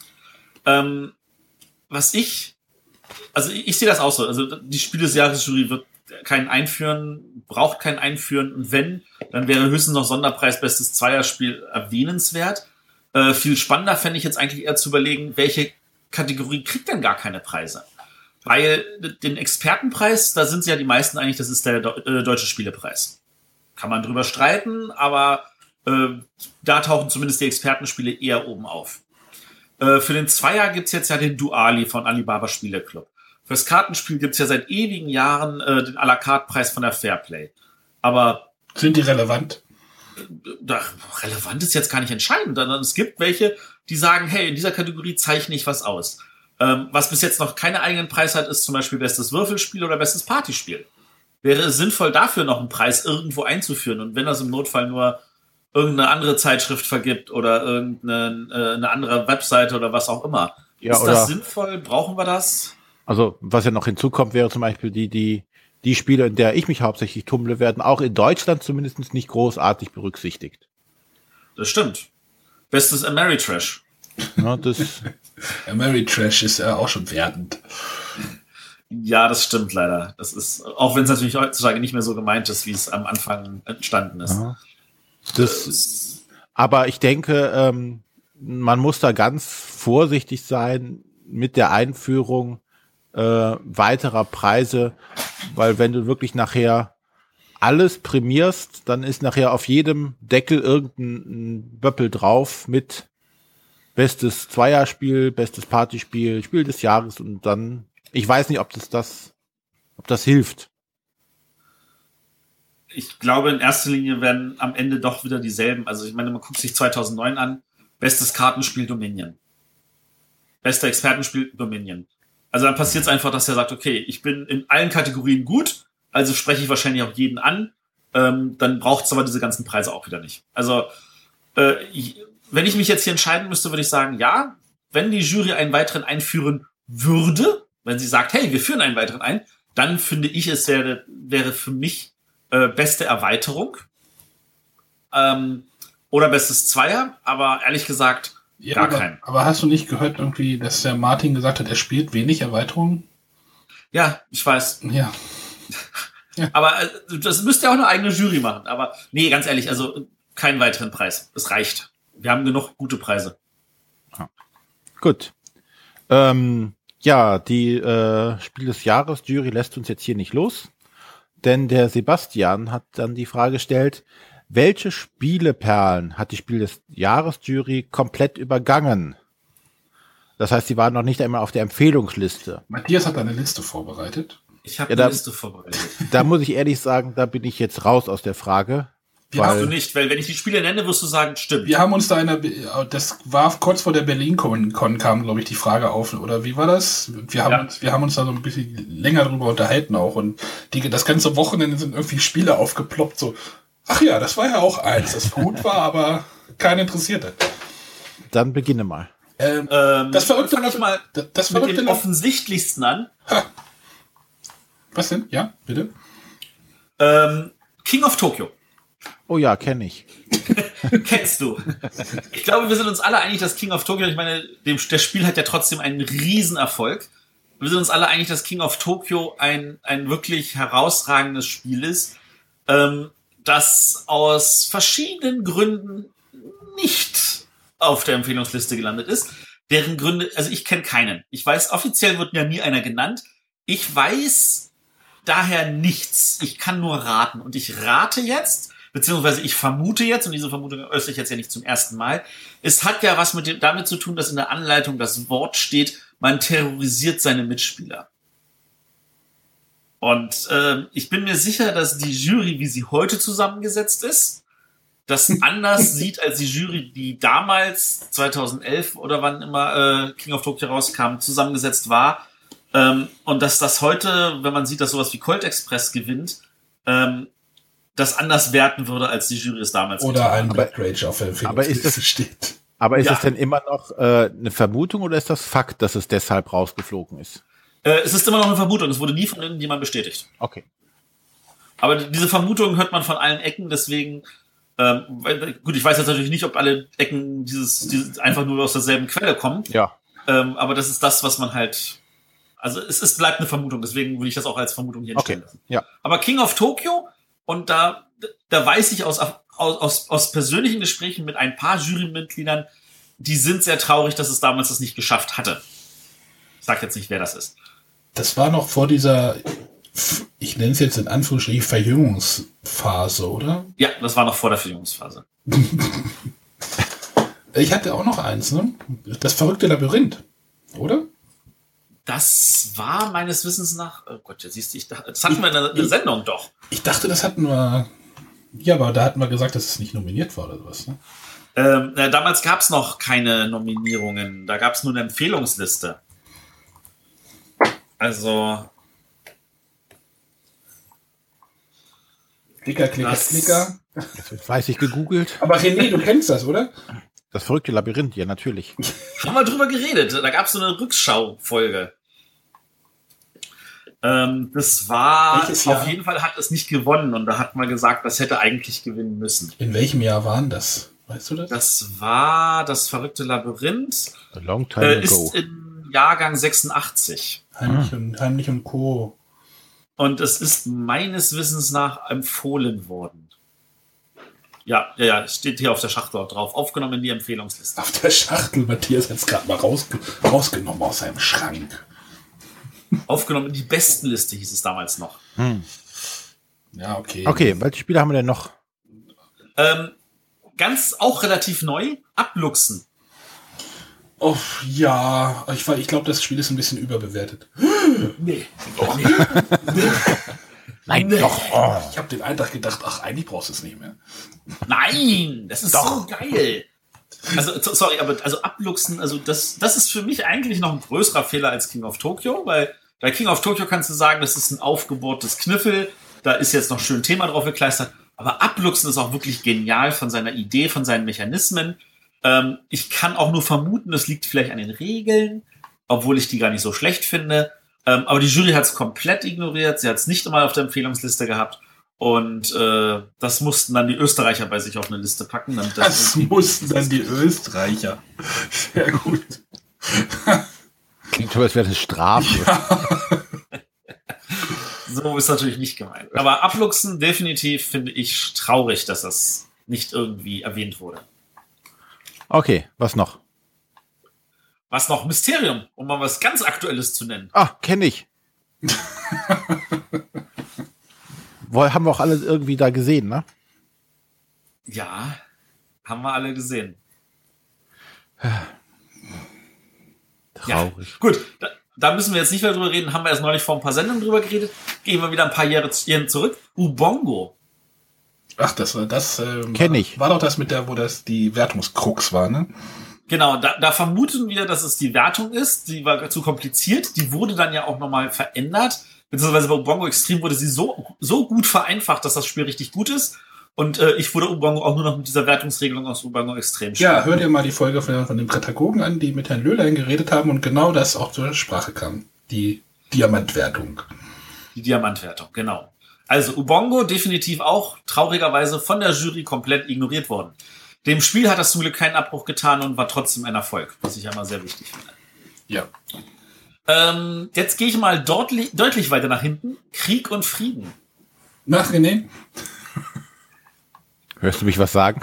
Ähm, was ich, also ich, ich sehe das auch so, also die Spiel des Jahres-Jury wird keinen einführen, braucht keinen einführen und wenn, dann wäre höchstens noch Sonderpreis bestes Zweierspiel erwähnenswert. Äh, viel spannender fände ich jetzt eigentlich eher zu überlegen, welche Kategorie kriegt denn gar keine Preise? Weil den Expertenpreis, da sind sie ja die meisten eigentlich, das ist der äh, Deutsche Spielepreis. Kann man drüber streiten, aber äh, da tauchen zumindest die Expertenspiele eher oben auf. Äh, für den Zweier gibt's jetzt ja den Duali von Alibaba Spieleclub. Fürs Kartenspiel gibt's ja seit ewigen Jahren äh, den à la carte Preis von der Fairplay. Aber sind die relevant? Da, relevant ist jetzt gar nicht entscheidend. Es gibt welche, die sagen, hey, in dieser Kategorie zeichne ich was aus. Ähm, was bis jetzt noch keinen eigenen Preis hat, ist zum Beispiel bestes Würfelspiel oder bestes Partyspiel. Wäre es sinnvoll, dafür noch einen Preis irgendwo einzuführen. Und wenn das im Notfall nur irgendeine andere Zeitschrift vergibt oder irgendeine äh, eine andere Webseite oder was auch immer. Ja, ist das sinnvoll? Brauchen wir das? Also, was ja noch hinzukommt, wäre zum Beispiel die, die, die Spiele, in der ich mich hauptsächlich tummle, werden auch in Deutschland zumindest nicht großartig berücksichtigt. Das stimmt. Bestes Ameritrash. Ja, das Ameritrash ist ja auch schon wertend. Ja, das stimmt leider. Das ist, auch wenn es natürlich heutzutage nicht mehr so gemeint ist, wie es am Anfang entstanden ist. Ja. Das, aber ich denke, ähm, man muss da ganz vorsichtig sein mit der Einführung äh, weiterer Preise, weil wenn du wirklich nachher alles prämierst, dann ist nachher auf jedem Deckel irgendein Böppel drauf mit bestes Zweierspiel, bestes Partyspiel, Spiel des Jahres und dann, ich weiß nicht, ob das das, ob das hilft. Ich glaube, in erster Linie werden am Ende doch wieder dieselben. Also ich meine, man guckt sich zweitausendneun an. Bestes Kartenspiel Dominion. Bester Expertenspiel Dominion. Also dann passiert es einfach, dass er sagt, okay, ich bin in allen Kategorien gut, also spreche ich wahrscheinlich auch jeden an. Ähm, dann braucht es aber diese ganzen Preise auch wieder nicht. Also äh, ich, wenn ich mich jetzt hier entscheiden müsste, würde ich sagen, ja, wenn die Jury einen weiteren einführen würde, wenn sie sagt, hey, wir führen einen weiteren ein, dann finde ich, es wäre, wäre für mich Äh, beste Erweiterung ähm, oder bestes Zweier, aber ehrlich gesagt ja, gar aber, keinen. Aber hast du nicht gehört irgendwie, dass der Martin gesagt hat, er spielt wenig Erweiterungen? Ja, ich weiß. Ja. ja. Aber äh, das müsste ja auch eine eigene Jury machen. Aber nee, ganz ehrlich, also keinen weiteren Preis. Es reicht. Wir haben genug gute Preise. Ja. Gut. Ähm, ja, die äh, Spiel des Jahres Jury lässt uns jetzt hier nicht los. Denn der Sebastian hat dann die Frage gestellt, welche Spieleperlen hat die Spiel des Jahres-Jury komplett übergangen? Das heißt, sie waren noch nicht einmal auf der Empfehlungsliste. Matthias hat eine Liste vorbereitet. Ich habe ja, eine da, Liste vorbereitet. Da muss ich ehrlich sagen, da bin ich jetzt raus aus der Frage. Hast du nicht, weil wenn ich die Spiele nenne, wirst du sagen, stimmt. Wir haben uns da einer, das war kurz vor der BerlinCon kam, glaube ich, die Frage auf, oder wie war das? Wir haben, ja. uns, wir haben uns da so ein bisschen länger drüber unterhalten auch und die, das ganze Wochenende sind irgendwie Spiele aufgeploppt, so, ach ja, das war ja auch eins, das gut war, aber keinen interessierte. Dann beginne mal. Ähm, ähm, das Verrückte ich mal das, das mit dem offensichtlichsten an. Ha. Was denn? Ja, bitte? Ähm, King of Tokyo. Oh ja, kenne ich. Kennst du. Ich glaube, wir sind uns alle einig, dass King of Tokyo, ich meine, dem, das Spiel hat ja trotzdem einen Riesenerfolg. Wir sind uns alle einig, dass King of Tokyo ein, ein wirklich herausragendes Spiel ist, ähm, das aus verschiedenen Gründen nicht auf der Empfehlungsliste gelandet ist. Deren Gründe, also ich kenne keinen. Ich weiß, offiziell wird ja nie einer genannt. Ich weiß daher nichts. Ich kann nur raten. Und ich rate jetzt, beziehungsweise ich vermute jetzt, und diese Vermutung äußere ich jetzt ja nicht zum ersten Mal, es hat ja was mit dem, damit zu tun, dass in der Anleitung das Wort steht, man terrorisiert seine Mitspieler. Und äh, ich bin mir sicher, dass die Jury, wie sie heute zusammengesetzt ist, das anders sieht als die Jury, die damals, zweitausendelf oder wann immer äh, King of Tokyo rauskam, zusammengesetzt war. Ähm, und dass das heute, wenn man sieht, dass sowas wie Colt Express gewinnt, ähm, das anders werten würde, als die Jury es damals oder ein Black Rage auf der aber ist das steht. Aber ist Ja. es denn immer noch äh, eine Vermutung oder ist das Fakt, dass es deshalb rausgeflogen ist? Äh, es ist immer noch eine Vermutung, es wurde nie von irgendjemandem bestätigt. Okay. Aber diese Vermutung hört man von allen Ecken, deswegen, ähm, weil, gut, ich weiß jetzt natürlich nicht, ob alle Ecken dieses, dieses einfach nur aus derselben Quelle kommen, Ja. ähm, aber das ist das, was man halt, also es ist, bleibt eine Vermutung, deswegen würde ich das auch als Vermutung hier Okay. entstehen lassen. Ja. Aber King of Tokyo, und da, da weiß ich aus, aus, aus, aus persönlichen Gesprächen mit ein paar Jurymitgliedern, die sind sehr traurig, dass es damals das nicht geschafft hatte. Ich sag jetzt nicht, wer das ist. Das war noch vor dieser, ich nenne es jetzt in Anführungsstrichen, Verjüngungsphase, oder? Ja, das war noch vor der Verjüngungsphase. Ich hatte auch noch eins, ne? Das verrückte Labyrinth, oder? Das war meines Wissens nach, oh Gott, jetzt siehst du, ich dachte, das hatten wir in der, in der Sendung doch. Ich dachte, das hatten wir, ja, aber da hatten wir gesagt, dass es nicht nominiert war oder sowas, ne? Ähm, na, damals gab es noch keine Nominierungen, da gab es nur eine Empfehlungsliste. Also, Klicker, Klicker, Das- Klicker. Das wird fleißig gegoogelt. Aber René, du kennst das, oder? Das verrückte Labyrinth, ja, natürlich. haben wir drüber geredet, da gab es so eine Rückschau-Folge. Ähm, das war, Welches Jahr? auf jeden Fall hat es nicht gewonnen und da hat man gesagt, das hätte eigentlich gewinnen müssen. In welchem Jahr waren das? Weißt du das? Das war das verrückte Labyrinth, A long time äh, ago. ist im Jahrgang sechsundachtzig. Heimlich, und, Heimlich und Co. Und es ist meines Wissens nach empfohlen worden. Ja, ja, ja, steht hier auf der Schachtel auch drauf. Aufgenommen in die Empfehlungsliste. Auf der Schachtel, Matthias hat es gerade mal rausge rausgenommen aus seinem Schrank. Aufgenommen in die Bestenliste hieß es damals noch. Hm. Ja, okay. Okay, welche Spiele haben wir denn noch? Ähm, ganz auch relativ neu, Abluchsen. Oh, ja, ich, ich glaube, das Spiel ist ein bisschen überbewertet. Nee. Doch. Nein, doch. Oh. Ich habe den einen Tag gedacht, ach, eigentlich brauchst du es nicht mehr. Nein, das ist Doch. so geil. Also, so- sorry, aber also Abluchsen, also das, das ist für mich eigentlich noch ein größerer Fehler als King of Tokyo, weil bei King of Tokyo kannst du sagen, das ist ein aufgebohrtes Kniffel, da ist jetzt noch schön Thema drauf gekleistert, aber Abluchsen ist auch wirklich genial von seiner Idee, von seinen Mechanismen. Ähm, ich kann auch nur vermuten, das liegt vielleicht an den Regeln, obwohl ich die gar nicht so schlecht finde. Ähm, aber die Jury hat es komplett ignoriert, sie hat es nicht einmal auf der Empfehlungsliste gehabt. Und äh, das mussten dann die Österreicher bei sich auf eine Liste packen. Damit das Das mussten dann die Österreicher. Sehr gut. Klingt so, als wäre das Strafe. so ist natürlich nicht gemeint. Aber Abluchsen definitiv finde ich traurig, dass das nicht irgendwie erwähnt wurde. Okay, was noch? Was noch? Mysterium, um mal was ganz Aktuelles zu nennen. Ah, kenne ich. Wohl, haben wir auch alle irgendwie da gesehen, ne? Ja, haben wir alle gesehen. Traurig. Ja, gut, da, da müssen wir jetzt nicht mehr drüber reden. Haben wir erst neulich vor ein paar Sendungen drüber geredet. Gehen wir wieder ein paar Jahre Jahre zurück. Ubongo. Ach, das war das. Ähm, Kenn ich. War doch das mit der, wo das die Wertungskrux war, ne? Genau, da, da vermuten wir, dass es die Wertung ist. Die war zu kompliziert. Die wurde dann ja auch nochmal verändert. Beziehungsweise bei Ubongo Extreme wurde sie so, so gut vereinfacht, dass das Spiel richtig gut ist. Und äh, ich würde Ubongo auch nur noch mit dieser Wertungsregelung aus Ubongo Extrem spielen. Ja, hör dir mal die Folge von, von den Prädagogen an, die mit Herrn Löhlein geredet haben und genau das auch zur Sprache kam. Die Diamantwertung. Die Diamantwertung, genau. Also Ubongo definitiv auch traurigerweise von der Jury komplett ignoriert worden. Dem Spiel hat das zum Glück keinen Abbruch getan und war trotzdem ein Erfolg, was ich einmal sehr wichtig finde. Ja. Ähm, jetzt gehe ich mal deutlich, deutlich weiter nach hinten. Krieg und Frieden. Nach René? Hörst du mich was sagen?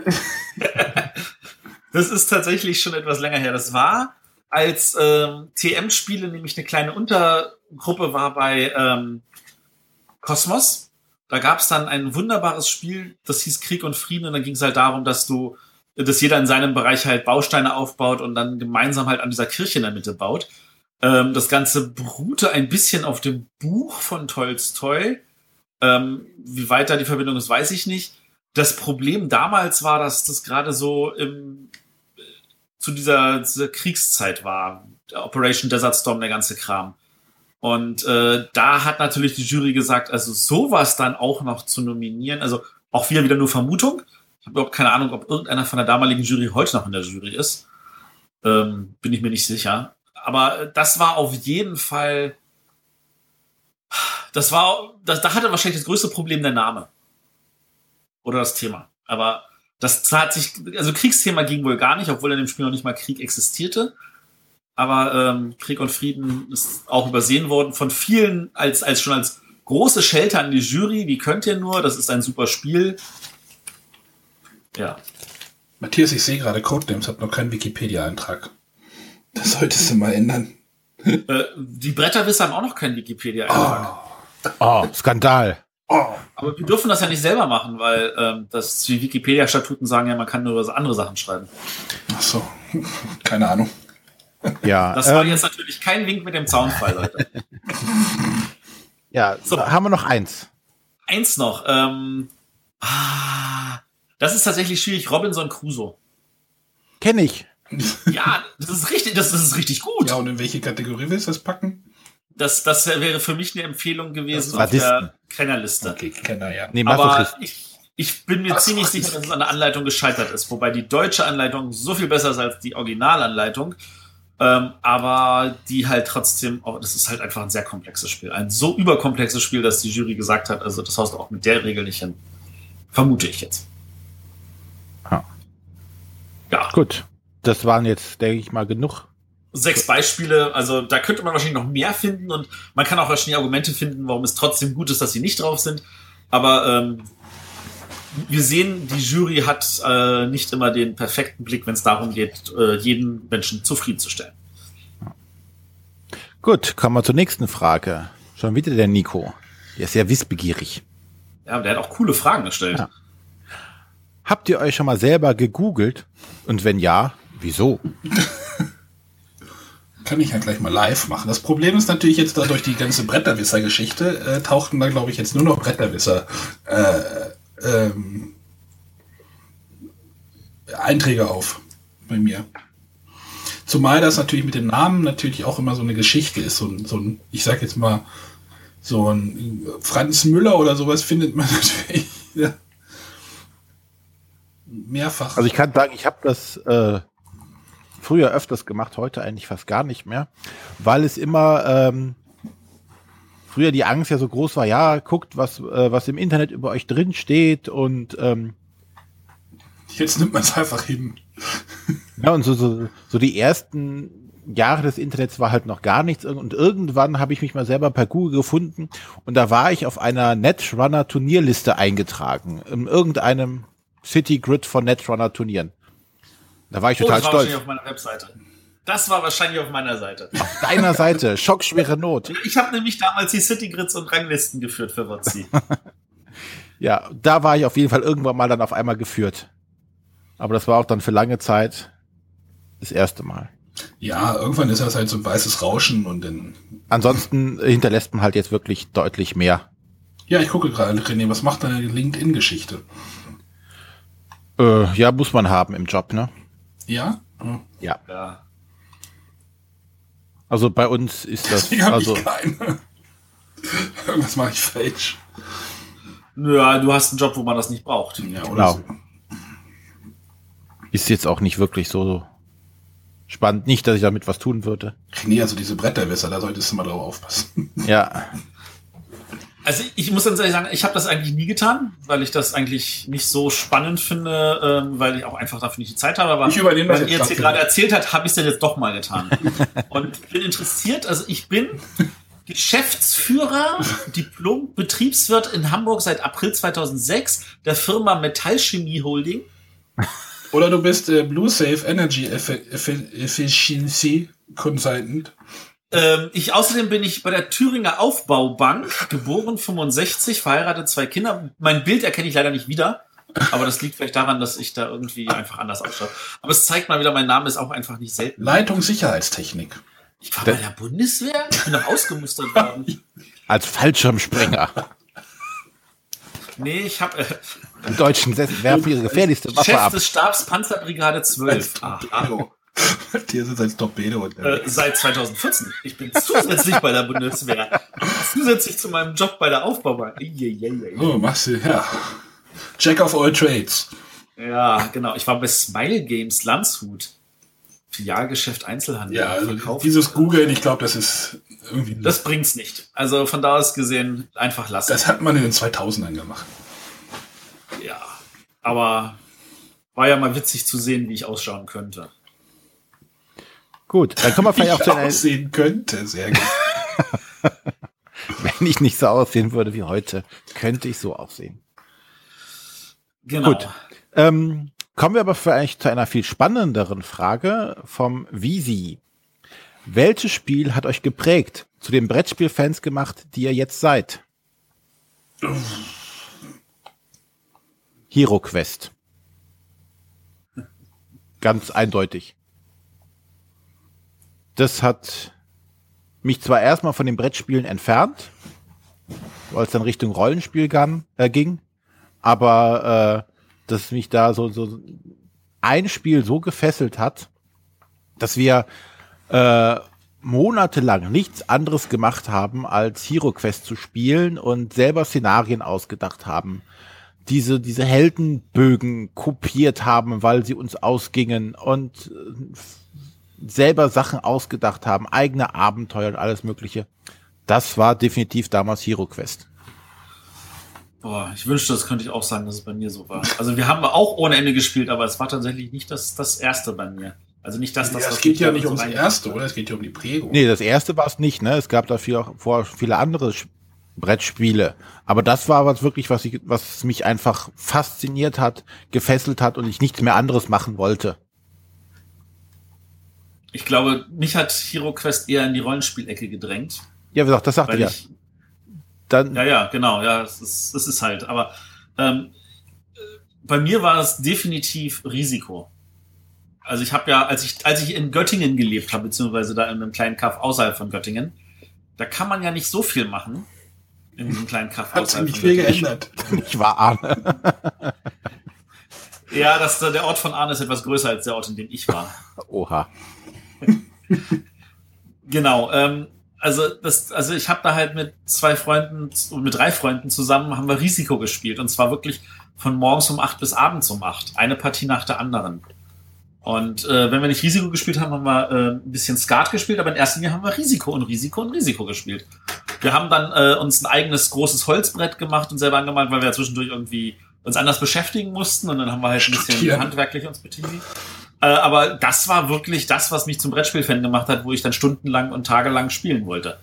Das ist tatsächlich schon etwas länger her. Das war, als ähm, T M-Spiele nämlich eine kleine Untergruppe war bei ähm, Kosmos. da gab es dann ein wunderbares Spiel, das hieß Krieg und Frieden und dann ging es halt darum, dass du, dass jeder in seinem Bereich halt Bausteine aufbaut und dann gemeinsam halt an dieser Kirche in der Mitte baut. Ähm, das Ganze beruhte ein bisschen auf dem Buch von Tolstoi. Ähm, wie weit da die Verbindung ist, weiß ich nicht. Das Problem damals war, dass das gerade so im, zu dieser, dieser Kriegszeit war. Operation Desert Storm, der ganze Kram. Und äh, da hat natürlich die Jury gesagt, also sowas dann auch noch zu nominieren, also auch wieder wieder nur Vermutung. Ich habe überhaupt keine Ahnung, ob irgendeiner von der damaligen Jury heute noch in der Jury ist. Ähm, bin ich mir nicht sicher. Aber das war auf jeden Fall, das war, das, da hatte wahrscheinlich das größte Problem der Name. Oder das Thema. Aber das hat sich, also Kriegsthema ging wohl gar nicht, obwohl in dem Spiel noch nicht mal Krieg existierte. Aber ähm, Krieg und Frieden ist auch übersehen worden von vielen als, als schon als große Schelte an die Jury. Wie könnt ihr nur? Das ist ein super Spiel. Ja. Matthias, ich sehe gerade, Codenames hat noch keinen Wikipedia-Eintrag. Das solltest du mal ändern. Äh, die Bretterwisser haben auch noch keinen Wikipedia-Eintrag. Oh, oh Skandal. Oh. Aber wir dürfen das ja nicht selber machen, weil ähm, das, die Wikipedia-Statuten sagen ja, man kann nur andere Sachen schreiben. Ach so, keine Ahnung. Ja, das war ähm, jetzt natürlich kein Wink mit dem Zaunfall, Leute. Ja, so. Haben wir noch eins. Eins noch. Ähm, ah, das ist tatsächlich schwierig. Robinson Crusoe. Kenn ich. Ja, das ist richtig, das, das ist richtig gut. Ja, und in welche Kategorie willst du das packen? Das, das wäre für mich eine Empfehlung gewesen auf Sadisten. der Kennerliste. Okay, Kenner, ja. Nee, Aber ich, ich bin mir Was ziemlich macht sicher, das? dass es an der Anleitung gescheitert ist. Wobei die deutsche Anleitung so viel besser ist als die Originalanleitung. Ähm, aber die halt trotzdem, auch, das ist halt einfach ein sehr komplexes Spiel. Ein so überkomplexes Spiel, dass die Jury gesagt hat, also das haust du auch mit der Regel nicht hin. Vermute ich jetzt. Ja. Ja. Gut. Das waren jetzt, denke ich mal, genug. Sechs Beispiele, also da könnte man wahrscheinlich noch mehr finden und man kann auch wahrscheinlich Argumente finden, warum es trotzdem gut ist, dass sie nicht drauf sind. Aber ähm, wir sehen, die Jury hat äh, nicht immer den perfekten Blick, wenn es darum geht, äh, jeden Menschen zufriedenzustellen. Gut, kommen wir zur nächsten Frage. Schon wieder der Nico. Der ist sehr wissbegierig. Ja, der hat auch coole Fragen gestellt. Ja. Habt ihr euch schon mal selber gegoogelt? Und wenn ja, wieso? Kann ich ja gleich mal live machen. Das Problem ist natürlich jetzt, dadurch die ganze Bretterwisser-Geschichte, äh, tauchten da, glaube ich, jetzt nur noch Bretterwisser äh, ähm, Einträge auf bei mir. Zumal das natürlich mit den Namen natürlich auch immer so eine Geschichte ist. So ein, so ein ich sag jetzt mal, so ein Franz Müller oder sowas findet man natürlich ja, mehrfach. Also ich kann sagen, ich habe das äh, früher öfters gemacht, heute eigentlich fast gar nicht mehr, weil es immer ähm, früher die Angst ja so groß war, ja, guckt, was, äh, was im Internet über euch drin steht und ähm, jetzt nimmt man es einfach hin. Ja, und so, so, so die ersten Jahre des Internets war halt noch gar nichts und irgendwann habe ich mich mal selber per Google gefunden und da war ich auf einer Netrunner Turnierliste eingetragen, in irgendeinem City Grid von Netrunner Turnieren. Da war ich total oh, das war stolz. wahrscheinlich auf meiner Webseite. Das war wahrscheinlich auf meiner Seite. Auf deiner Seite, schockschwere Not. Ich habe nämlich damals die City Grids und Ranglisten geführt für W O C. Ja, da war ich auf jeden Fall irgendwann mal dann auf einmal geführt. Aber das war auch dann für lange Zeit das erste Mal. Ja, irgendwann ist das halt so ein weißes Rauschen und dann... Ansonsten hinterlässt man halt jetzt wirklich deutlich mehr. Ja, ich gucke gerade, René, was macht deine LinkedIn-Geschichte? Äh, ja, muss man haben im Job, ne? Ja? Hm. Ja. Ja. Also bei uns ist das... Deswegen habe also ich keine. Irgendwas mache ich falsch. Ja, du hast einen Job, wo man das nicht braucht. Ja, oder Genau. so. Ist jetzt auch nicht wirklich so spannend. Nicht, dass ich damit was tun würde. Nee, also diese Bretterwisser, da solltest du mal drauf aufpassen. Ja. Also ich muss ganz ehrlich sagen, ich habe das eigentlich nie getan, weil ich das eigentlich nicht so spannend finde, ähm, weil ich auch einfach dafür nicht die Zeit habe. Aber Ich übernehme das wenn ihr jetzt jetzt hier dafür. gerade erzählt habt, habe ich es dann jetzt doch mal getan. Und bin interessiert, also ich bin Geschäftsführer, Diplom-Betriebswirt in Hamburg seit April zweitausendsechs der Firma Metallchemie Holding. Oder du bist äh, Blue Safe Energy Effi- Effi- Efficiency Consultant. Ähm, ich, außerdem bin ich bei der Thüringer Aufbaubank, geboren fünfundsechzig, verheiratet, zwei Kinder. Mein Bild erkenne ich leider nicht wieder, aber das liegt vielleicht daran, dass ich da irgendwie einfach anders ausschaue. Aber es zeigt mal wieder, mein Name ist auch einfach nicht selten. Leitungssicherheitstechnik. Ich war bei der Bundeswehr? Ich bin doch ausgemustert worden. Als Fallschirmspringer. Nee, ich habe... Äh, Im Deutschen werfen ihre gefährlichste Waffe Chef ab. des Stabs Panzerbrigade zwölf. Ah, hallo. Hier ist es als Torpedo. Äh, seit zweitausendvierzehn. Ich bin zusätzlich bei der Bundeswehr. Zusätzlich zu meinem Job bei der Aufbaubank. Oh, machst du, ja. Jack of all trades. Ja, genau. Ich war bei Smile Games Landshut. Filialgeschäft Einzelhandel. Ja, also dieses Googeln, ich glaube, das ist irgendwie... Das bringt's nicht. Also von da aus gesehen, einfach lassen. Das hat man in den zweitausendern gemacht. Ja, aber war ja mal witzig zu sehen, wie ich ausschauen könnte. Gut, dann kommen wir vielleicht auch zu einer... aussehen könnte, sehr gut. Wenn ich nicht so aussehen würde wie heute, könnte ich so aussehen. Genau. Gut. Ähm, kommen wir aber vielleicht zu einer viel spannenderen Frage vom Visi. Welches Spiel hat euch geprägt, zu den Brettspielfans gemacht, die ihr jetzt seid? Hero Quest. Ganz eindeutig. Das hat mich zwar erstmal von den Brettspielen entfernt, weil es dann Richtung Rollenspiel gan, äh, ging, aber äh, dass mich da so, so ein Spiel so gefesselt hat, dass wir äh, monatelang nichts anderes gemacht haben, als Hero Quest zu spielen und selber Szenarien ausgedacht haben. Diese, diese Heldenbögen kopiert haben, weil sie uns ausgingen und äh, selber Sachen ausgedacht haben, eigene Abenteuer und alles Mögliche. Das war definitiv damals Hero Quest. Boah, ich wünschte, das könnte ich auch sagen, dass es bei mir so war. Also wir haben auch ohne Ende gespielt, aber es war tatsächlich nicht das, das Erste bei mir. Also nicht das, das ja, was es geht ja da nicht so ums rein- Erste, oder? Es geht ja um die Prägung. Nee, das Erste war es nicht, ne? Es gab dafür vor viele andere Sch- Brettspiele. Aber das war was wirklich, was ich, was mich einfach fasziniert hat, gefesselt hat und ich nichts mehr anderes machen wollte. Ich glaube, mich hat Hero Quest eher in die Rollenspielecke gedrängt. Ja, wie gesagt, das sagte Weil ja. ich, Dann, ja, ja, genau, ja, es ist, es ist halt. Aber ähm, bei mir war es definitiv Risiko. Also ich habe ja, als ich, als ich in Göttingen gelebt habe, beziehungsweise da in einem kleinen Kaff außerhalb von Göttingen, da kann man ja nicht so viel machen. In diesem kleinen Kaff Hat sich außerhalb nicht von viel Göttingen. geändert. ich war Arne. Ja, das, der Ort von Arne ist etwas größer als der Ort, in dem ich war. Oha. Genau, ähm, also das, also ich habe da halt mit zwei Freunden, mit drei Freunden zusammen, haben wir Risiko gespielt. Und zwar wirklich von morgens um acht bis abends um acht. Eine Partie nach der anderen. Und äh, wenn wir nicht Risiko gespielt haben, haben wir äh, ein bisschen Skat gespielt, aber in erster Linie haben wir Risiko und Risiko und Risiko gespielt. Wir haben dann äh, uns ein eigenes großes Holzbrett gemacht und selber angemalt, weil wir ja zwischendurch irgendwie uns anders beschäftigen mussten und dann haben wir halt ein bisschen Studieren. handwerklich uns betätigt. Äh, aber das war wirklich das, was mich zum Brettspielfan gemacht hat, wo ich dann stundenlang und tagelang spielen wollte.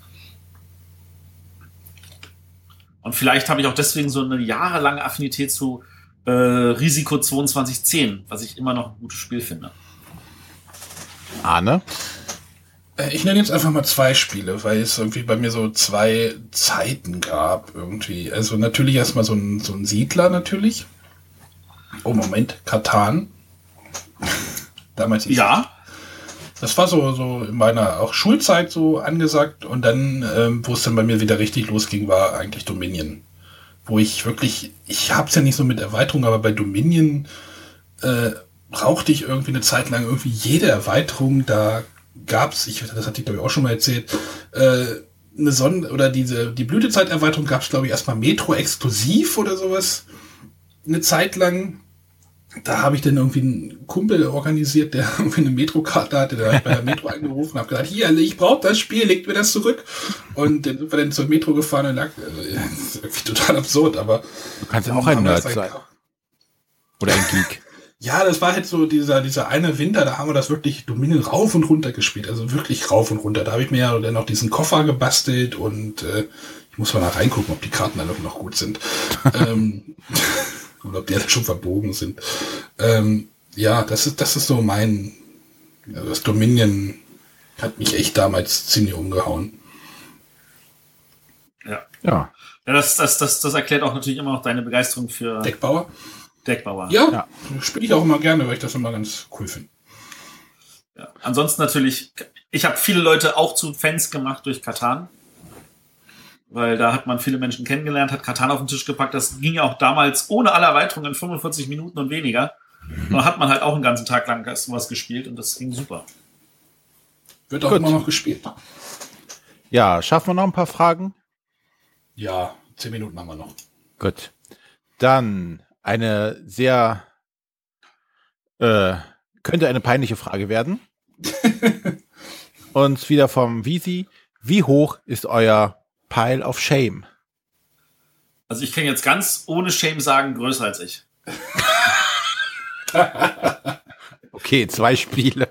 Und vielleicht habe ich auch deswegen so eine jahrelange Affinität zu äh, Risiko zweiundzwanzig zehn, was ich immer noch ein gutes Spiel finde. Arne? Äh, Ich nenne jetzt einfach mal zwei Spiele, weil es irgendwie bei mir so zwei Zeiten gab irgendwie. Also natürlich erstmal so ein, so ein Siedler natürlich. Oh Moment, Katan. Damals hieß Ja, Das war so, so in meiner auch Schulzeit so angesagt und dann, ähm, wo es dann bei mir wieder richtig losging, war eigentlich Dominion. Wo ich wirklich, ich hab's ja nicht so mit Erweiterung, aber bei Dominion äh, brauchte ich irgendwie eine Zeit lang irgendwie jede Erweiterung. Da gab's, ich, das hatte ich glaube ich auch schon mal erzählt, äh, eine Sonne oder diese, die Blütezeit-Erweiterung gab's glaube ich erstmal Metro exklusiv oder sowas. Eine Zeit lang. Da habe ich dann irgendwie einen Kumpel organisiert, der irgendwie eine Metro-Karte hatte. Da habe ich bei der Metro angerufen und habe gesagt, hier, ich brauche das Spiel, legt mir das zurück. Und dann sind wir dann zur Metro gefahren und lag, äh, das ist irgendwie total absurd, aber... Du kannst ja auch ein Nerd sein. Oder ein Geek. Ja, das war halt so dieser, dieser eine Winter, da haben wir das wirklich Dominion rauf und runter gespielt. Also wirklich rauf und runter. Da habe ich mir ja dann noch diesen Koffer gebastelt und äh, ich muss mal da reingucken, ob die Karten alle noch gut sind. ähm... Oder ob die alle schon verbogen sind. Ähm, ja, das ist, das ist so mein, also das Dominion Hat mich echt damals ziemlich umgehauen. Ja. Ja. Ja, das, das, das, das erklärt auch natürlich immer noch deine Begeisterung für Deckbauer? Deckbauer. Ja, Ja. spiele ich auch immer gerne, weil ich das immer ganz cool finde. Ja. Ansonsten natürlich, ich habe viele Leute auch zu Fans gemacht durch Catan. Weil da hat man viele Menschen kennengelernt, hat Catan auf den Tisch gepackt. Das ging ja auch damals ohne alle Erweiterungen in fünfundvierzig Minuten und weniger. Und dann hat man halt auch einen ganzen Tag lang was gespielt und das ging super. Wird auch Gut. immer noch gespielt. Ja, schaffen wir noch ein paar Fragen? Ja, zehn Minuten haben wir noch. Gut. Dann eine sehr, äh, könnte eine peinliche Frage werden. Und wieder vom Visi. Wie hoch ist euer Pile of Shame? Also ich kann jetzt ganz ohne Shame sagen, größer als ich. Okay, zwei Spiele.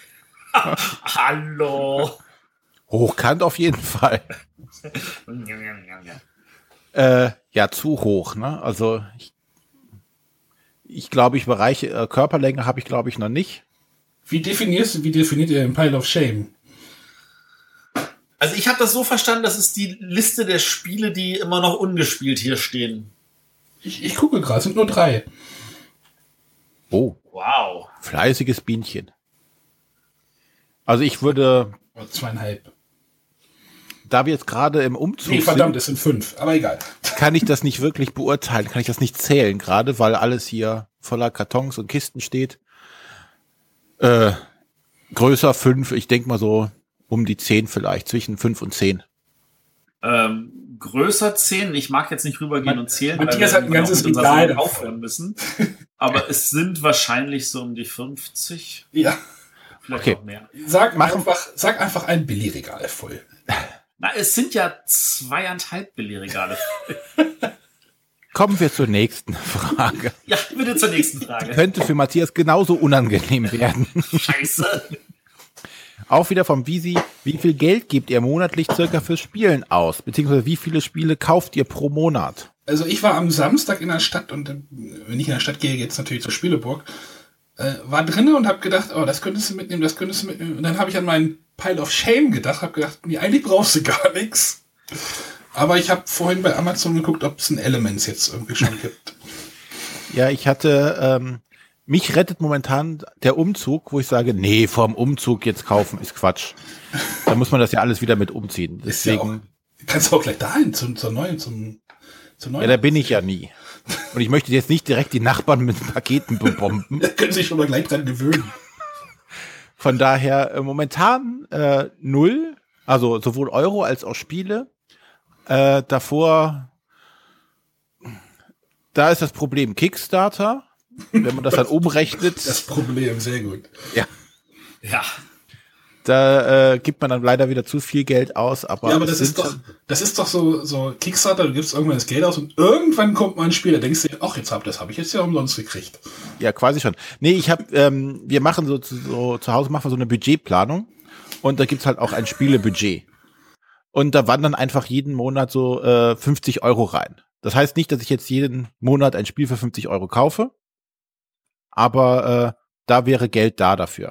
Hallo. Hochkant auf jeden Fall. Äh, ja, zu hoch, ne? Also ich, ich glaube, ich Bereiche äh, Körperlänge habe ich, glaube ich, noch nicht. Wie definierst du, wie definiert ihr den Pile of Shame? Also ich habe das so verstanden, das ist die Liste der Spiele, die immer noch ungespielt hier stehen. Ich, ich gucke gerade, es sind nur drei. Oh, Wow. fleißiges Bienchen. Also ich würde, Oder zweieinhalb. da wir jetzt gerade im Umzug Nee, verdammt, sind, es sind fünf, aber egal. kann ich das nicht wirklich beurteilen, kann ich das nicht zählen, gerade weil alles hier voller Kartons und Kisten steht. Äh, größer fünf, ich denke mal so um die zehn vielleicht, zwischen fünf und zehn. Ähm, größer zehn, ich mag jetzt nicht rübergehen und zählen, Matthias wir hat ein ganzes mit unserer Regal Sendung aufhören müssen. Aber es sind wahrscheinlich so um die fünfzig, Ja, vielleicht Okay. auch mehr. sag, Machen- einfach, sag einfach ein Billigregal voll. Na, es sind ja zweieinhalb Billigregale. Kommen wir zur nächsten Frage. Ja, bitte zur nächsten Frage. Könnte für Matthias genauso unangenehm werden. Scheiße. Auch wieder vom Visi. Wie viel Geld gebt ihr monatlich circa fürs Spielen aus? Beziehungsweise wie viele Spiele kauft ihr pro Monat? Also ich war am Samstag in der Stadt und äh, wenn ich in der Stadt gehe, jetzt natürlich zur Spieleburg, äh, war drinnen und habe gedacht, oh, das könntest du mitnehmen, das könntest du mitnehmen. Und dann habe ich an meinen Pile of Shame gedacht, habe gedacht, nee, eigentlich brauchst du gar nichts. Aber ich habe vorhin bei Amazon geguckt, ob es ein Elements jetzt irgendwie schon gibt. Ja, ich hatte, ähm, mich rettet momentan der Umzug, wo ich sage, nee, vorm Umzug jetzt kaufen ist Quatsch. Da muss man das ja alles wieder mit umziehen. Ist ja auch, Deswegen, kannst du auch gleich dahin, zum, zur neuen, zum, zur neuen. ja, da bin ich ja nie. Und ich möchte jetzt nicht direkt die Nachbarn mit Paketen bebomben. Da können sich schon mal gleich dran gewöhnen. Von daher äh, momentan äh, null, also sowohl Euro als auch Spiele. Äh, davor, da ist das Problem Kickstarter, wenn man das dann umrechnet, Das Problem, sehr gut. ja, Ja. da äh, gibt man dann leider wieder zu viel Geld aus. Aber, Ja, aber es das ist sind doch, schon- das ist doch so, so Kickstarter, du gibst irgendwann das Geld aus und irgendwann kommt mal ein Spiel, da denkst du dir, ach, jetzt hab, das habe ich jetzt ja umsonst gekriegt. Ja, quasi schon. Nee, ich habe, ähm, wir machen so, zu- so zu Hause machen wir so eine Budgetplanung und da gibt's halt auch ein Spielebudget. Und da wandern einfach jeden Monat so äh, fünfzig Euro rein. Das heißt nicht, dass ich jetzt jeden Monat ein Spiel für fünfzig Euro kaufe, aber äh, da wäre Geld da dafür.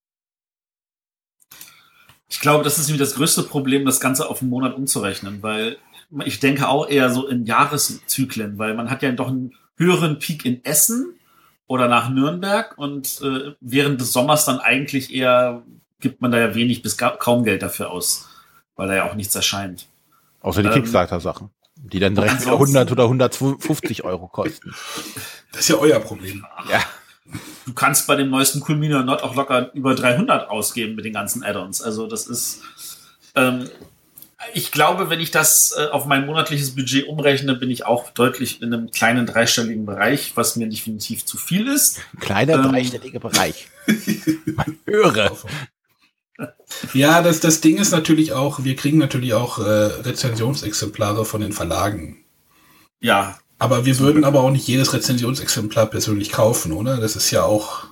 Ich glaube, das ist nämlich das größte Problem, das Ganze auf einen Monat umzurechnen, weil ich denke auch eher so in Jahreszyklen, weil man hat ja doch einen höheren Peak in Essen oder nach Nürnberg und äh, während des Sommers dann eigentlich eher gibt man da ja wenig bis ga- kaum Geld dafür aus, weil da ja auch nichts erscheint. Außer die Ähm, Kickstarter-Sachen, die dann direkt wieder ansonsten- hundert oder hundertfünfzig Euro kosten. Das ist ja euer Problem. Ja. Du kannst bei dem neuesten Cool Mini or Not auch locker über dreihundert ausgeben mit den ganzen Add-ons. Also das ist, ähm, ich glaube, wenn ich das äh, auf mein monatliches Budget umrechne, bin ich auch deutlich in einem kleinen dreistelligen Bereich, was mir definitiv zu viel ist. Kleiner Ähm. dreistelliger Bereich. Man höre. Ja, das, das Ding ist natürlich auch, wir kriegen natürlich auch äh, Rezensionsexemplare von den Verlagen. Ja, Aber wir würden aber auch nicht jedes Rezensionsexemplar persönlich kaufen, oder? Das ist ja auch...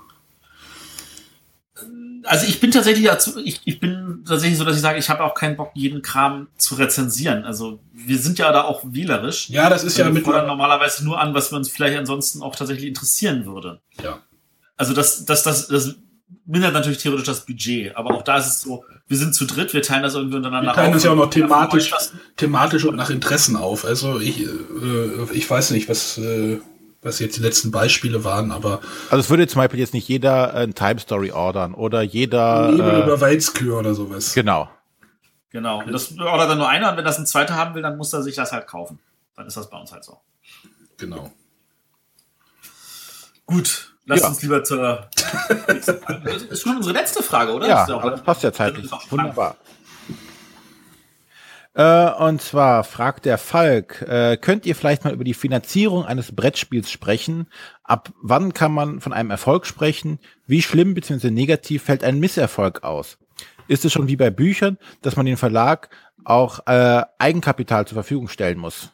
also ich bin tatsächlich dazu, ich, ich bin tatsächlich so, dass ich sage, ich habe auch keinen Bock, jeden Kram zu rezensieren. Also wir sind ja da auch wählerisch. Ja, das ist ja wir mit... fordern normalerweise nur an, was wir uns vielleicht ansonsten auch tatsächlich interessieren würde. Ja. Also das, das, das, das mindert natürlich theoretisch das Budget, aber auch da ist es so, wir sind zu dritt, wir teilen das irgendwie untereinander auf. Wir teilen das ja auch noch thematisch, thematisch und nach Interessen auf. Also ich, äh, ich weiß nicht, was, äh, was jetzt die letzten Beispiele waren, aber... Also es würde zum Beispiel jetzt nicht jeder ein Time Story ordern oder jeder... Nebel äh, über Weizkür oder sowas. Genau. Genau. Und das ordert dann nur einer und wenn das ein zweiter haben will, dann muss er sich das halt kaufen. Dann ist das bei uns halt so. Genau. Gut, lass ja. uns lieber zur... Das ist schon unsere letzte Frage, oder? Ja, das, ja aber das passt ja zeitlich. Das Wunderbar. Äh, und zwar fragt der Falk, äh, könnt ihr vielleicht mal über die Finanzierung eines Brettspiels sprechen? Ab wann kann man von einem Erfolg sprechen? Wie schlimm bzw. negativ fällt ein Misserfolg aus? Ist es schon wie bei Büchern, dass man den Verlag auch äh, Eigenkapital zur Verfügung stellen muss?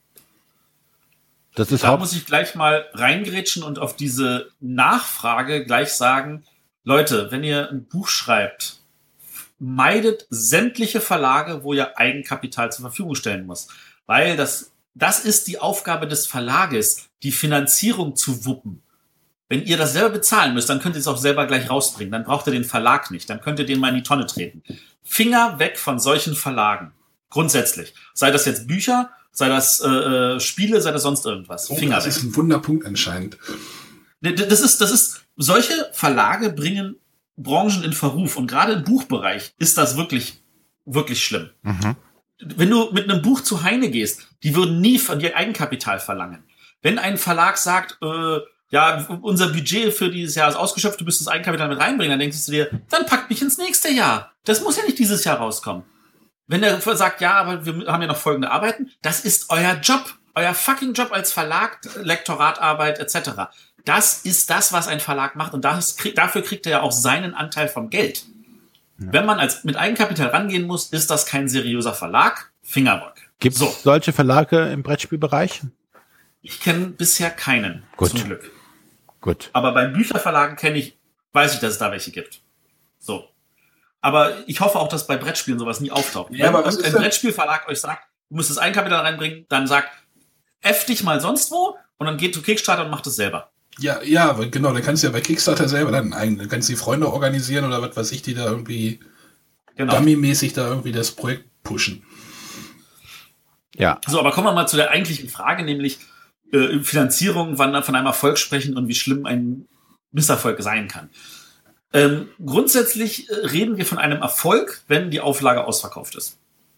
Das ist da muss ich gleich mal reingrätschen und auf diese Nachfrage gleich sagen, Leute, wenn ihr ein Buch schreibt, meidet sämtliche Verlage, wo ihr Eigenkapital zur Verfügung stellen muss. Weil das, das ist die Aufgabe des Verlages, die Finanzierung zu wuppen. Wenn ihr das selber bezahlen müsst, dann könnt ihr es auch selber gleich rausbringen. Dann braucht ihr den Verlag nicht. Dann könnt ihr den mal in die Tonne treten. Finger weg von solchen Verlagen. Grundsätzlich. Sei das jetzt Bücher, sei das äh, Spiele, sei das sonst irgendwas. Oh, Finger das weg. ist ein Wunderpunkt anscheinend. Das ist, das ist, solche Verlage bringen Branchen in Verruf. Und gerade im Buchbereich ist das wirklich, wirklich schlimm. Mhm. Wenn du mit einem Buch zu Heine gehst, die würden nie von dir Eigenkapital verlangen. Wenn ein Verlag sagt, äh, ja, unser Budget für dieses Jahr ist ausgeschöpft, du müsst das Eigenkapital mit reinbringen, dann denkst du dir, dann packt mich ins nächste Jahr. Das muss ja nicht dieses Jahr rauskommen. Wenn der sagt, ja, aber wir haben ja noch folgende Arbeiten, das ist euer Job, euer fucking Job als Verlag, Lektoratarbeit et cetera. Das ist das, was ein Verlag macht und das, dafür kriegt er ja auch seinen Anteil vom Geld. Ja. Wenn man als mit Eigenkapital rangehen muss, ist das kein seriöser Verlag. Finger weg. Gibt es so. solche Verlage im Brettspielbereich? Ich kenne bisher keinen, Gut. zum Glück. Gut. Aber bei Bücherverlagen kenne ich, weiß ich, dass es da welche gibt. So. Aber ich hoffe auch, dass bei Brettspielen sowas nie auftaucht. Ja, Wenn aber was ein ist denn? Brettspielverlag euch sagt, du musst das Eigenkapital reinbringen, dann sagt, F dich mal sonst wo und dann geht zu Kickstarter und macht es selber. Ja, ja, genau, dann kannst du ja bei Kickstarter selber dann ein, dann kannst du die Freunde organisieren oder was weiß ich, die da irgendwie Genau. dummy-mäßig da irgendwie das Projekt pushen. Ja. So, aber kommen wir mal zu der eigentlichen Frage, nämlich äh, Finanzierung, wann wir von einem Erfolg sprechen und wie schlimm ein Misserfolg sein kann. Ähm, grundsätzlich äh, reden wir von einem Erfolg, wenn die Auflage ausverkauft ist.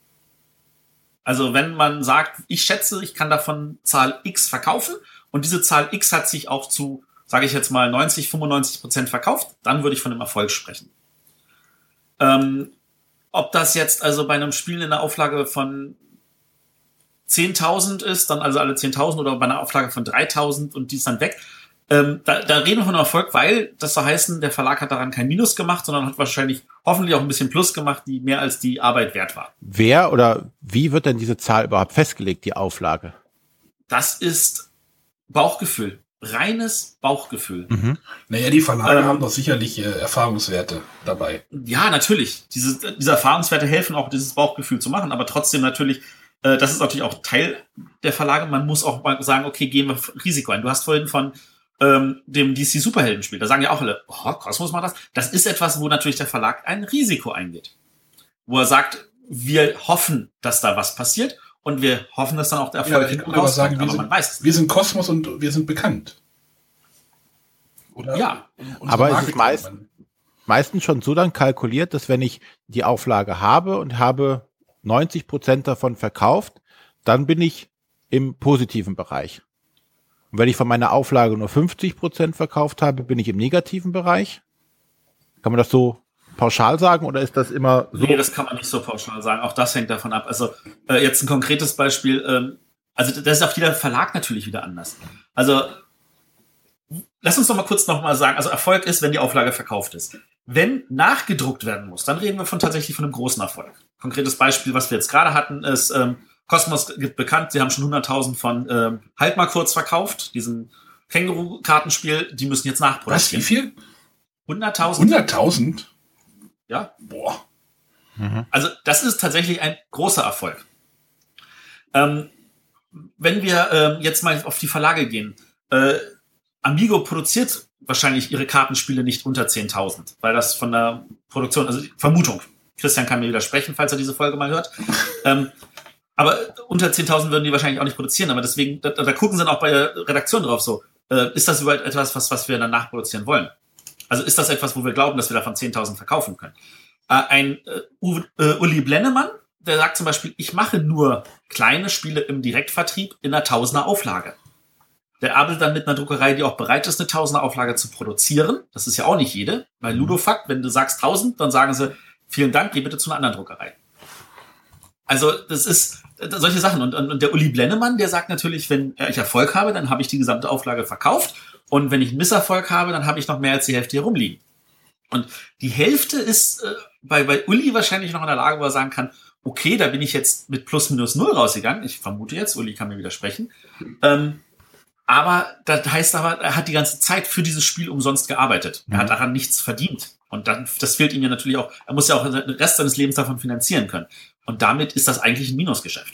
Also wenn man sagt, ich schätze, ich kann davon Zahl X verkaufen und diese Zahl X hat sich auch zu, sage ich jetzt mal, neunzig, fünfundneunzig Prozent verkauft, dann würde ich von einem Erfolg sprechen. Ähm, ob das jetzt also bei einem Spiel in der Auflage von zehntausend ist, dann also alle zehntausend oder bei einer Auflage von dreitausend und die ist dann weg. Ähm, da, da reden wir von einem Erfolg, weil das soll heißen, der Verlag hat daran kein Minus gemacht, sondern hat wahrscheinlich hoffentlich auch ein bisschen Plus gemacht, die mehr als die Arbeit wert war. Wer oder wie wird denn diese Zahl überhaupt festgelegt, die Auflage? Das ist Bauchgefühl. Reines Bauchgefühl. Mhm. Naja, die Verlage Ähm, haben doch sicherlich äh, Erfahrungswerte dabei. Ja, natürlich. Diese, diese Erfahrungswerte helfen auch, dieses Bauchgefühl zu machen, aber trotzdem natürlich, äh, das ist natürlich auch Teil der Verlage. Man muss auch mal sagen, okay, gehen wir Risiko ein. Du hast vorhin von ähm, dem D C-Superheldenspiel, da sagen ja auch alle, oh, Kosmos macht das. Das ist etwas, wo natürlich der Verlag ein Risiko eingeht. Wo er sagt, wir hoffen, dass da was passiert und wir hoffen, dass dann auch der Erfolg Ja, hinten ich kann aber sagen, rauskommt, wir aber sind, man weiß es. wir sind Kosmos und wir sind bekannt. Oder? Ja. Unsere Aber es Marke ist meist- kennt man. Meistens schon so dann kalkuliert, dass wenn ich die Auflage habe und habe neunzig Prozent davon verkauft, dann bin ich im positiven Bereich. Und wenn ich von meiner Auflage nur fünfzig Prozent verkauft habe, bin ich im negativen Bereich. Kann man das so pauschal sagen oder ist das immer so? Nee, das kann man nicht so pauschal sagen. Auch das hängt davon ab. Also äh, jetzt ein konkretes Beispiel. Ähm, also das ist auch jeder Verlag natürlich wieder anders. Also lass uns doch mal kurz noch mal sagen. Also Erfolg ist, wenn die Auflage verkauft ist. Wenn nachgedruckt werden muss, dann reden wir von tatsächlich von einem großen Erfolg. Konkretes Beispiel, was wir jetzt gerade hatten, ist ähm, Kosmos gibt bekannt. Sie haben schon hunderttausend von ähm, Halt mal kurz verkauft, diesen Känguru-Kartenspiel. Die müssen jetzt Was, nachproduzieren. wie viel? hunderttausend. hunderttausend? Ja. Boah. Also das ist tatsächlich ein großer Erfolg. Ähm, wenn wir ähm, jetzt mal auf die Verlage gehen, äh, Amigo produziert wahrscheinlich ihre Kartenspiele nicht unter zehntausend, weil das von der Produktion, also Vermutung, Christian kann mir widersprechen, falls er diese Folge mal hört. ähm, aber unter zehntausend würden die wahrscheinlich auch nicht produzieren. Aber deswegen, da, da gucken sie dann auch bei der Redaktion drauf so, äh, ist das überhaupt etwas, was, was wir dann nachproduzieren wollen? Also ist das etwas, wo wir glauben, dass wir davon zehntausend verkaufen können? Äh, ein äh, Uwe, äh, Uli Blennemann, der sagt zum Beispiel, ich mache nur kleine Spiele im Direktvertrieb in einer Tausender Auflage. Der arbeitet dann mit einer Druckerei, die auch bereit ist, eine Tausender Auflage zu produzieren. Das ist ja auch nicht jede. Bei Ludofakt, wenn du sagst tausend, dann sagen sie, vielen Dank, geh bitte zu einer anderen Druckerei. Also das ist solche Sachen. Und, und der Uli Blennemann, der sagt natürlich, wenn ich Erfolg habe, dann habe ich die gesamte Auflage verkauft. Und wenn ich einen Misserfolg habe, dann habe ich noch mehr als die Hälfte hier rumliegen. Und die Hälfte ist äh, bei, bei Uli wahrscheinlich noch in der Lage, wo er sagen kann, okay, da bin ich jetzt mit plus minus null rausgegangen. Ich vermute jetzt, Uli kann mir widersprechen. Ähm, aber das heißt aber, er hat die ganze Zeit für dieses Spiel umsonst gearbeitet. Er hat daran nichts verdient. Und dann, das fehlt ihm ja natürlich auch, er muss ja auch den Rest seines Lebens davon finanzieren können. Und damit ist das eigentlich ein Minusgeschäft.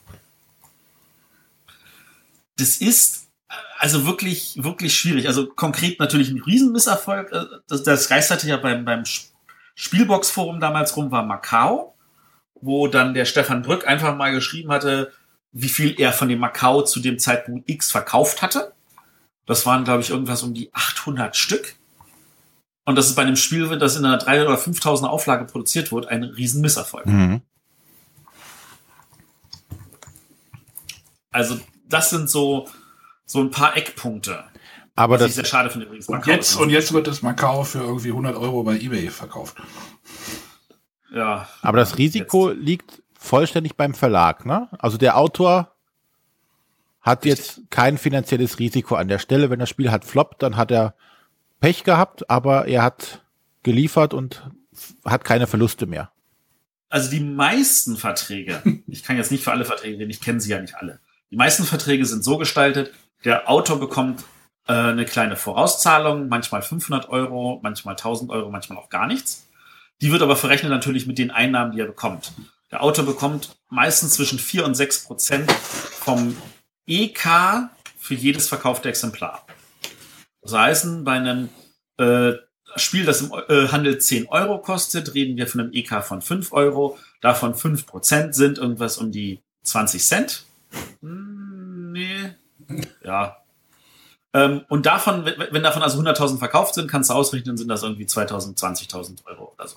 Das ist also wirklich, wirklich schwierig. Also konkret natürlich ein Riesenmisserfolg. Das, das geisterte ja beim, beim Spielbox-Forum damals rum, war Macau, wo dann der Stefan Brück einfach mal geschrieben hatte, wie viel er von dem Macau zu dem Zeitpunkt X verkauft hatte. Das waren, glaube ich, irgendwas um die achthundert Stück. Und das ist bei einem Spiel, das in einer dreitausend oder fünftausend Auflage produziert wird, ein Riesenmisserfolg. Mhm. Also das sind so, so ein paar Eckpunkte. Aber was das ich sehr schade finde übrigens. Und jetzt, und jetzt wird das Macau für irgendwie hundert Euro bei eBay verkauft. Ja. Aber das Risiko jetzt liegt vollständig beim Verlag, ne? Also der Autor hat Richtig. jetzt kein finanzielles Risiko an der Stelle. Wenn das Spiel hat floppt, dann hat er Pech gehabt, aber er hat geliefert und hat keine Verluste mehr. Also die meisten Verträge, ich kann jetzt nicht für alle Verträge reden, ich kenne sie ja nicht alle. Die meisten Verträge sind so gestaltet, der Autor bekommt äh, eine kleine Vorauszahlung, manchmal fünfhundert Euro, manchmal tausend Euro, manchmal auch gar nichts. Die wird aber verrechnet natürlich mit den Einnahmen, die er bekommt. Der Autor bekommt meistens zwischen vier und sechs Prozent vom E K für jedes verkaufte Exemplar. Das heißt, bei einem äh, Spiel, das im äh, Handel zehn Euro kostet, reden wir von einem E K von fünf Euro. Davon fünf Prozent sind irgendwas um die zwanzig Cent. Hm, nee. Ja. Ähm, und davon, wenn, wenn davon also hunderttausend verkauft sind, kannst du ausrechnen, sind das irgendwie zweitausend, zwanzigtausend Euro oder so.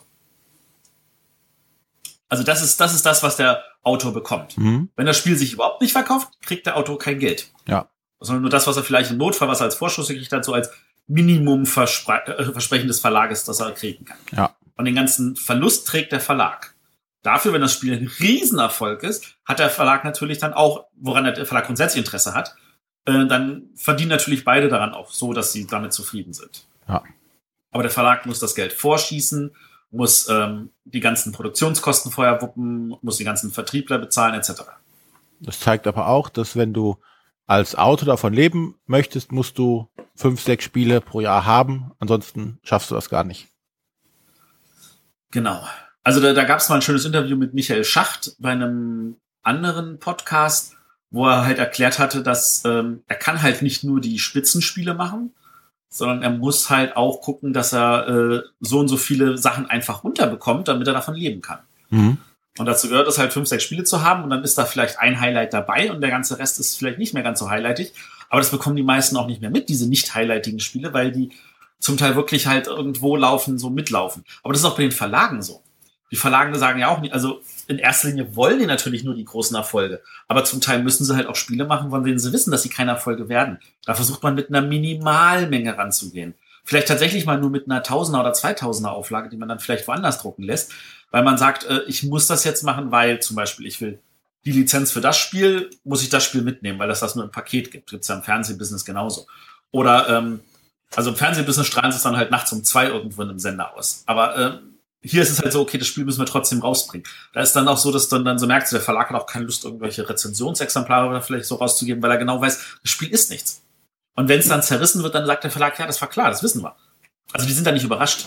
Also das ist, das ist das, was der Autor bekommt. Mhm. Wenn das Spiel sich überhaupt nicht verkauft, kriegt der Autor kein Geld. Ja. Sondern nur das, was er vielleicht im Notfall, was er als Vorschuss gekriegt hat, so als Minimum-Versprechen des Verlages, das er kriegen kann. Ja. Und den ganzen Verlust trägt der Verlag. Dafür, wenn das Spiel ein Riesenerfolg ist, hat der Verlag natürlich dann auch, woran der Verlag grundsätzlich Interesse hat, äh, dann verdienen natürlich beide daran auch so, dass sie damit zufrieden sind. Ja. Aber der Verlag muss das Geld vorschießen, muss ähm, die ganzen Produktionskosten vorher wuppen, muss die ganzen Vertriebler bezahlen, et cetera. Das zeigt aber auch, dass wenn du als Autor davon leben möchtest, musst du fünf, sechs Spiele pro Jahr haben. Ansonsten schaffst du das gar nicht. Genau. Also da, da gab es mal ein schönes Interview mit Michael Schacht bei einem anderen Podcast, wo er halt erklärt hatte, dass ähm, er kann halt nicht nur die Spitzenspiele machen, sondern er muss halt auch gucken, dass er äh, so und so viele Sachen einfach runterbekommt, damit er davon leben kann. Mhm. Und dazu gehört es halt, fünf, sechs Spiele zu haben und dann ist da vielleicht ein Highlight dabei und der ganze Rest ist vielleicht nicht mehr ganz so highlightig. Aber das bekommen die meisten auch nicht mehr mit, diese nicht highlightigen Spiele, weil die zum Teil wirklich halt irgendwo laufen, so mitlaufen. Aber das ist auch bei den Verlagen so. Die Verlage sagen ja auch nicht, also in erster Linie wollen die natürlich nur die großen Erfolge. Aber zum Teil müssen sie halt auch Spiele machen, von denen sie wissen, dass sie keine Erfolge werden. Da versucht man mit einer Minimalmenge ranzugehen. Vielleicht tatsächlich mal nur mit einer Tausender oder Zweitausender Auflage, die man dann vielleicht woanders drucken lässt. Weil man sagt, äh, ich muss das jetzt machen, weil zum Beispiel ich will die Lizenz für das Spiel, muss ich das Spiel mitnehmen, weil das das nur im Paket gibt. Gibt's ja im Fernsehbusiness genauso. Oder, ähm, also im Fernsehbusiness strahlen sie es dann halt nachts um zwei irgendwo in einem Sender aus. Aber äh, hier ist es halt so, okay, das Spiel müssen wir trotzdem rausbringen. Da ist dann auch so, dass dann, dann so merkst, der Verlag hat auch keine Lust, irgendwelche Rezensionsexemplare vielleicht so rauszugeben, weil er genau weiß, das Spiel ist nichts. Und wenn es dann zerrissen wird, dann sagt der Verlag, ja, das war klar, das wissen wir. Also die sind da nicht überrascht.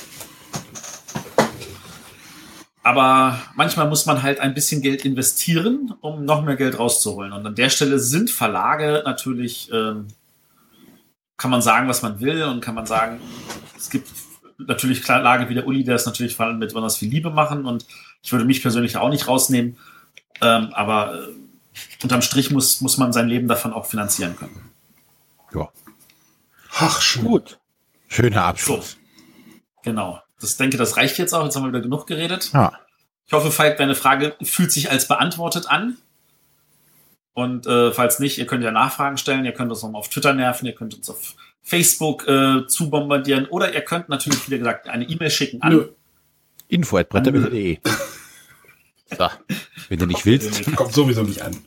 Aber manchmal muss man halt ein bisschen Geld investieren, um noch mehr Geld rauszuholen. Und an der Stelle sind Verlage natürlich, ähm, kann man sagen, was man will und kann man sagen, es gibt natürlich klar Lage wie der Uli, der das natürlich vor allem mit besonders viel Liebe machen und ich würde mich persönlich auch nicht rausnehmen. Ähm, aber äh, unterm Strich muss, muss man sein Leben davon auch finanzieren können. Ja. Ach, schön. Gut. Schöner Abschluss. So. Genau. Ich denke, das reicht jetzt auch. Jetzt haben wir wieder genug geredet. Ja. Ich hoffe, Falk, deine Frage fühlt sich als beantwortet an. Und äh, falls nicht, ihr könnt ja Nachfragen stellen. Ihr könnt uns noch mal auf Twitter nerven. Ihr könnt uns auf Facebook äh, zubombardieren. Oder ihr könnt natürlich, wie gesagt, eine E-Mail schicken an info at bretterwisser punkt de. So, wenn du nicht willst. Kommt sowieso nicht an.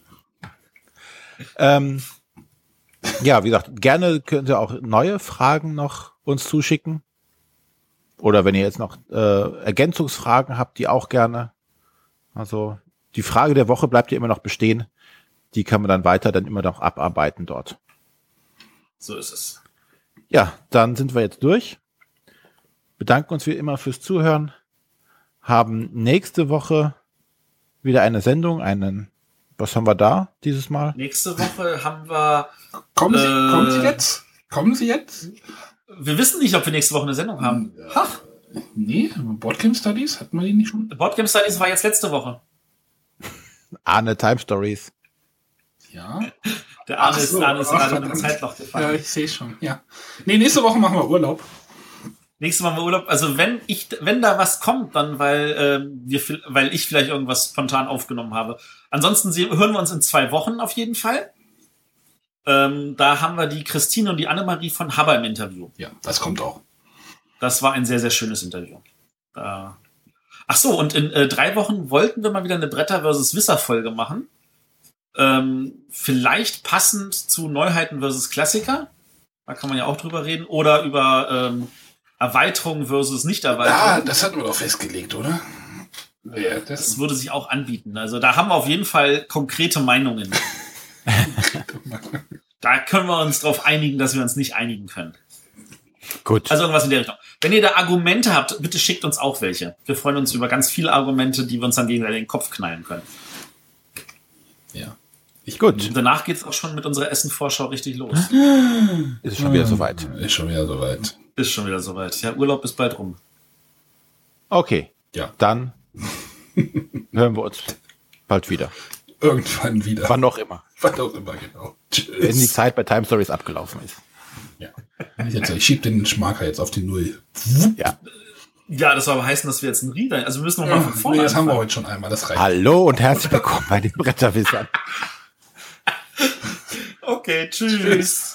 Ähm, ja, wie gesagt, gerne könnt ihr auch neue Fragen noch uns zuschicken. Oder wenn ihr jetzt noch äh, Ergänzungsfragen habt, die auch gerne. Also die Frage der Woche bleibt ja immer noch bestehen. Die kann man dann weiter dann immer noch abarbeiten dort. So ist es. Ja, dann sind wir jetzt durch. Bedanken uns wie immer fürs Zuhören. Haben nächste Woche wieder eine Sendung, einen, was haben wir da dieses Mal? Nächste Woche haben wir... Kommen Sie, äh, kommen Sie jetzt? Kommen Sie jetzt? Wir wissen nicht, ob wir nächste Woche eine Sendung haben. Ach, nee, Boardgame Studies, hatten wir die nicht schon? Boardgame Studies war jetzt letzte Woche. Arne Time Stories. Ja. Der Arne Ach ist, so, Arne ist ach, gerade im verdammt. Zeitloch Ja, gefallen. ich sehe schon, ja. Nee, nächste Woche machen wir Urlaub. Nächstes Mal haben wir Urlaub. Also wenn ich, wenn da was kommt, dann weil ähm, wir, weil ich vielleicht irgendwas spontan aufgenommen habe. Ansonsten sie, hören wir uns in zwei Wochen auf jeden Fall. Ähm, da haben wir die Christine und die Annemarie von Haber im Interview. Ja, das kommt auch. Das war ein sehr, sehr schönes Interview. Da. Ach so, und in äh, drei Wochen wollten wir mal wieder eine Bretter versus Wisser Folge machen. Ähm, vielleicht passend zu Neuheiten versus Klassiker. Da kann man ja auch drüber reden. Oder über ähm, Erweiterung versus Nicht-Erweiterung. Ja, das hatten wir doch festgelegt, oder? Ja, das, Das würde sich auch anbieten. Also da haben wir auf jeden Fall konkrete Meinungen. Da können wir uns darauf einigen, dass wir uns nicht einigen können. Gut. Also irgendwas in der Richtung. Wenn ihr da Argumente habt, bitte schickt uns auch welche. Wir freuen uns über ganz viele Argumente, die wir uns dann gegenseitig in den Kopf knallen können. ja. Ich, Gut. Und danach geht's auch schon mit unserer Essen-Vorschau richtig los. Ist schon wieder soweit. Ist schon wieder soweit. Ist schon wieder soweit. Ja, Urlaub ist bald rum. Okay. Ja. Dann hören wir uns bald wieder. Irgendwann wieder. Wann auch immer. Wann auch immer, genau. Wenn die Tschüss. Zeit bei Time Stories abgelaufen ist. Ja. Jetzt, ich schieb den Schmarker jetzt auf die Null. Ja. Ja, das soll aber heißen, dass wir jetzt einen Reader, also wir müssen noch mal Ja, von vorne nee, das haben wir anfangen. heute schon einmal. Das reicht. Hallo und herzlich willkommen bei den Bretterwissern. Okay, tschüss. Tschüss.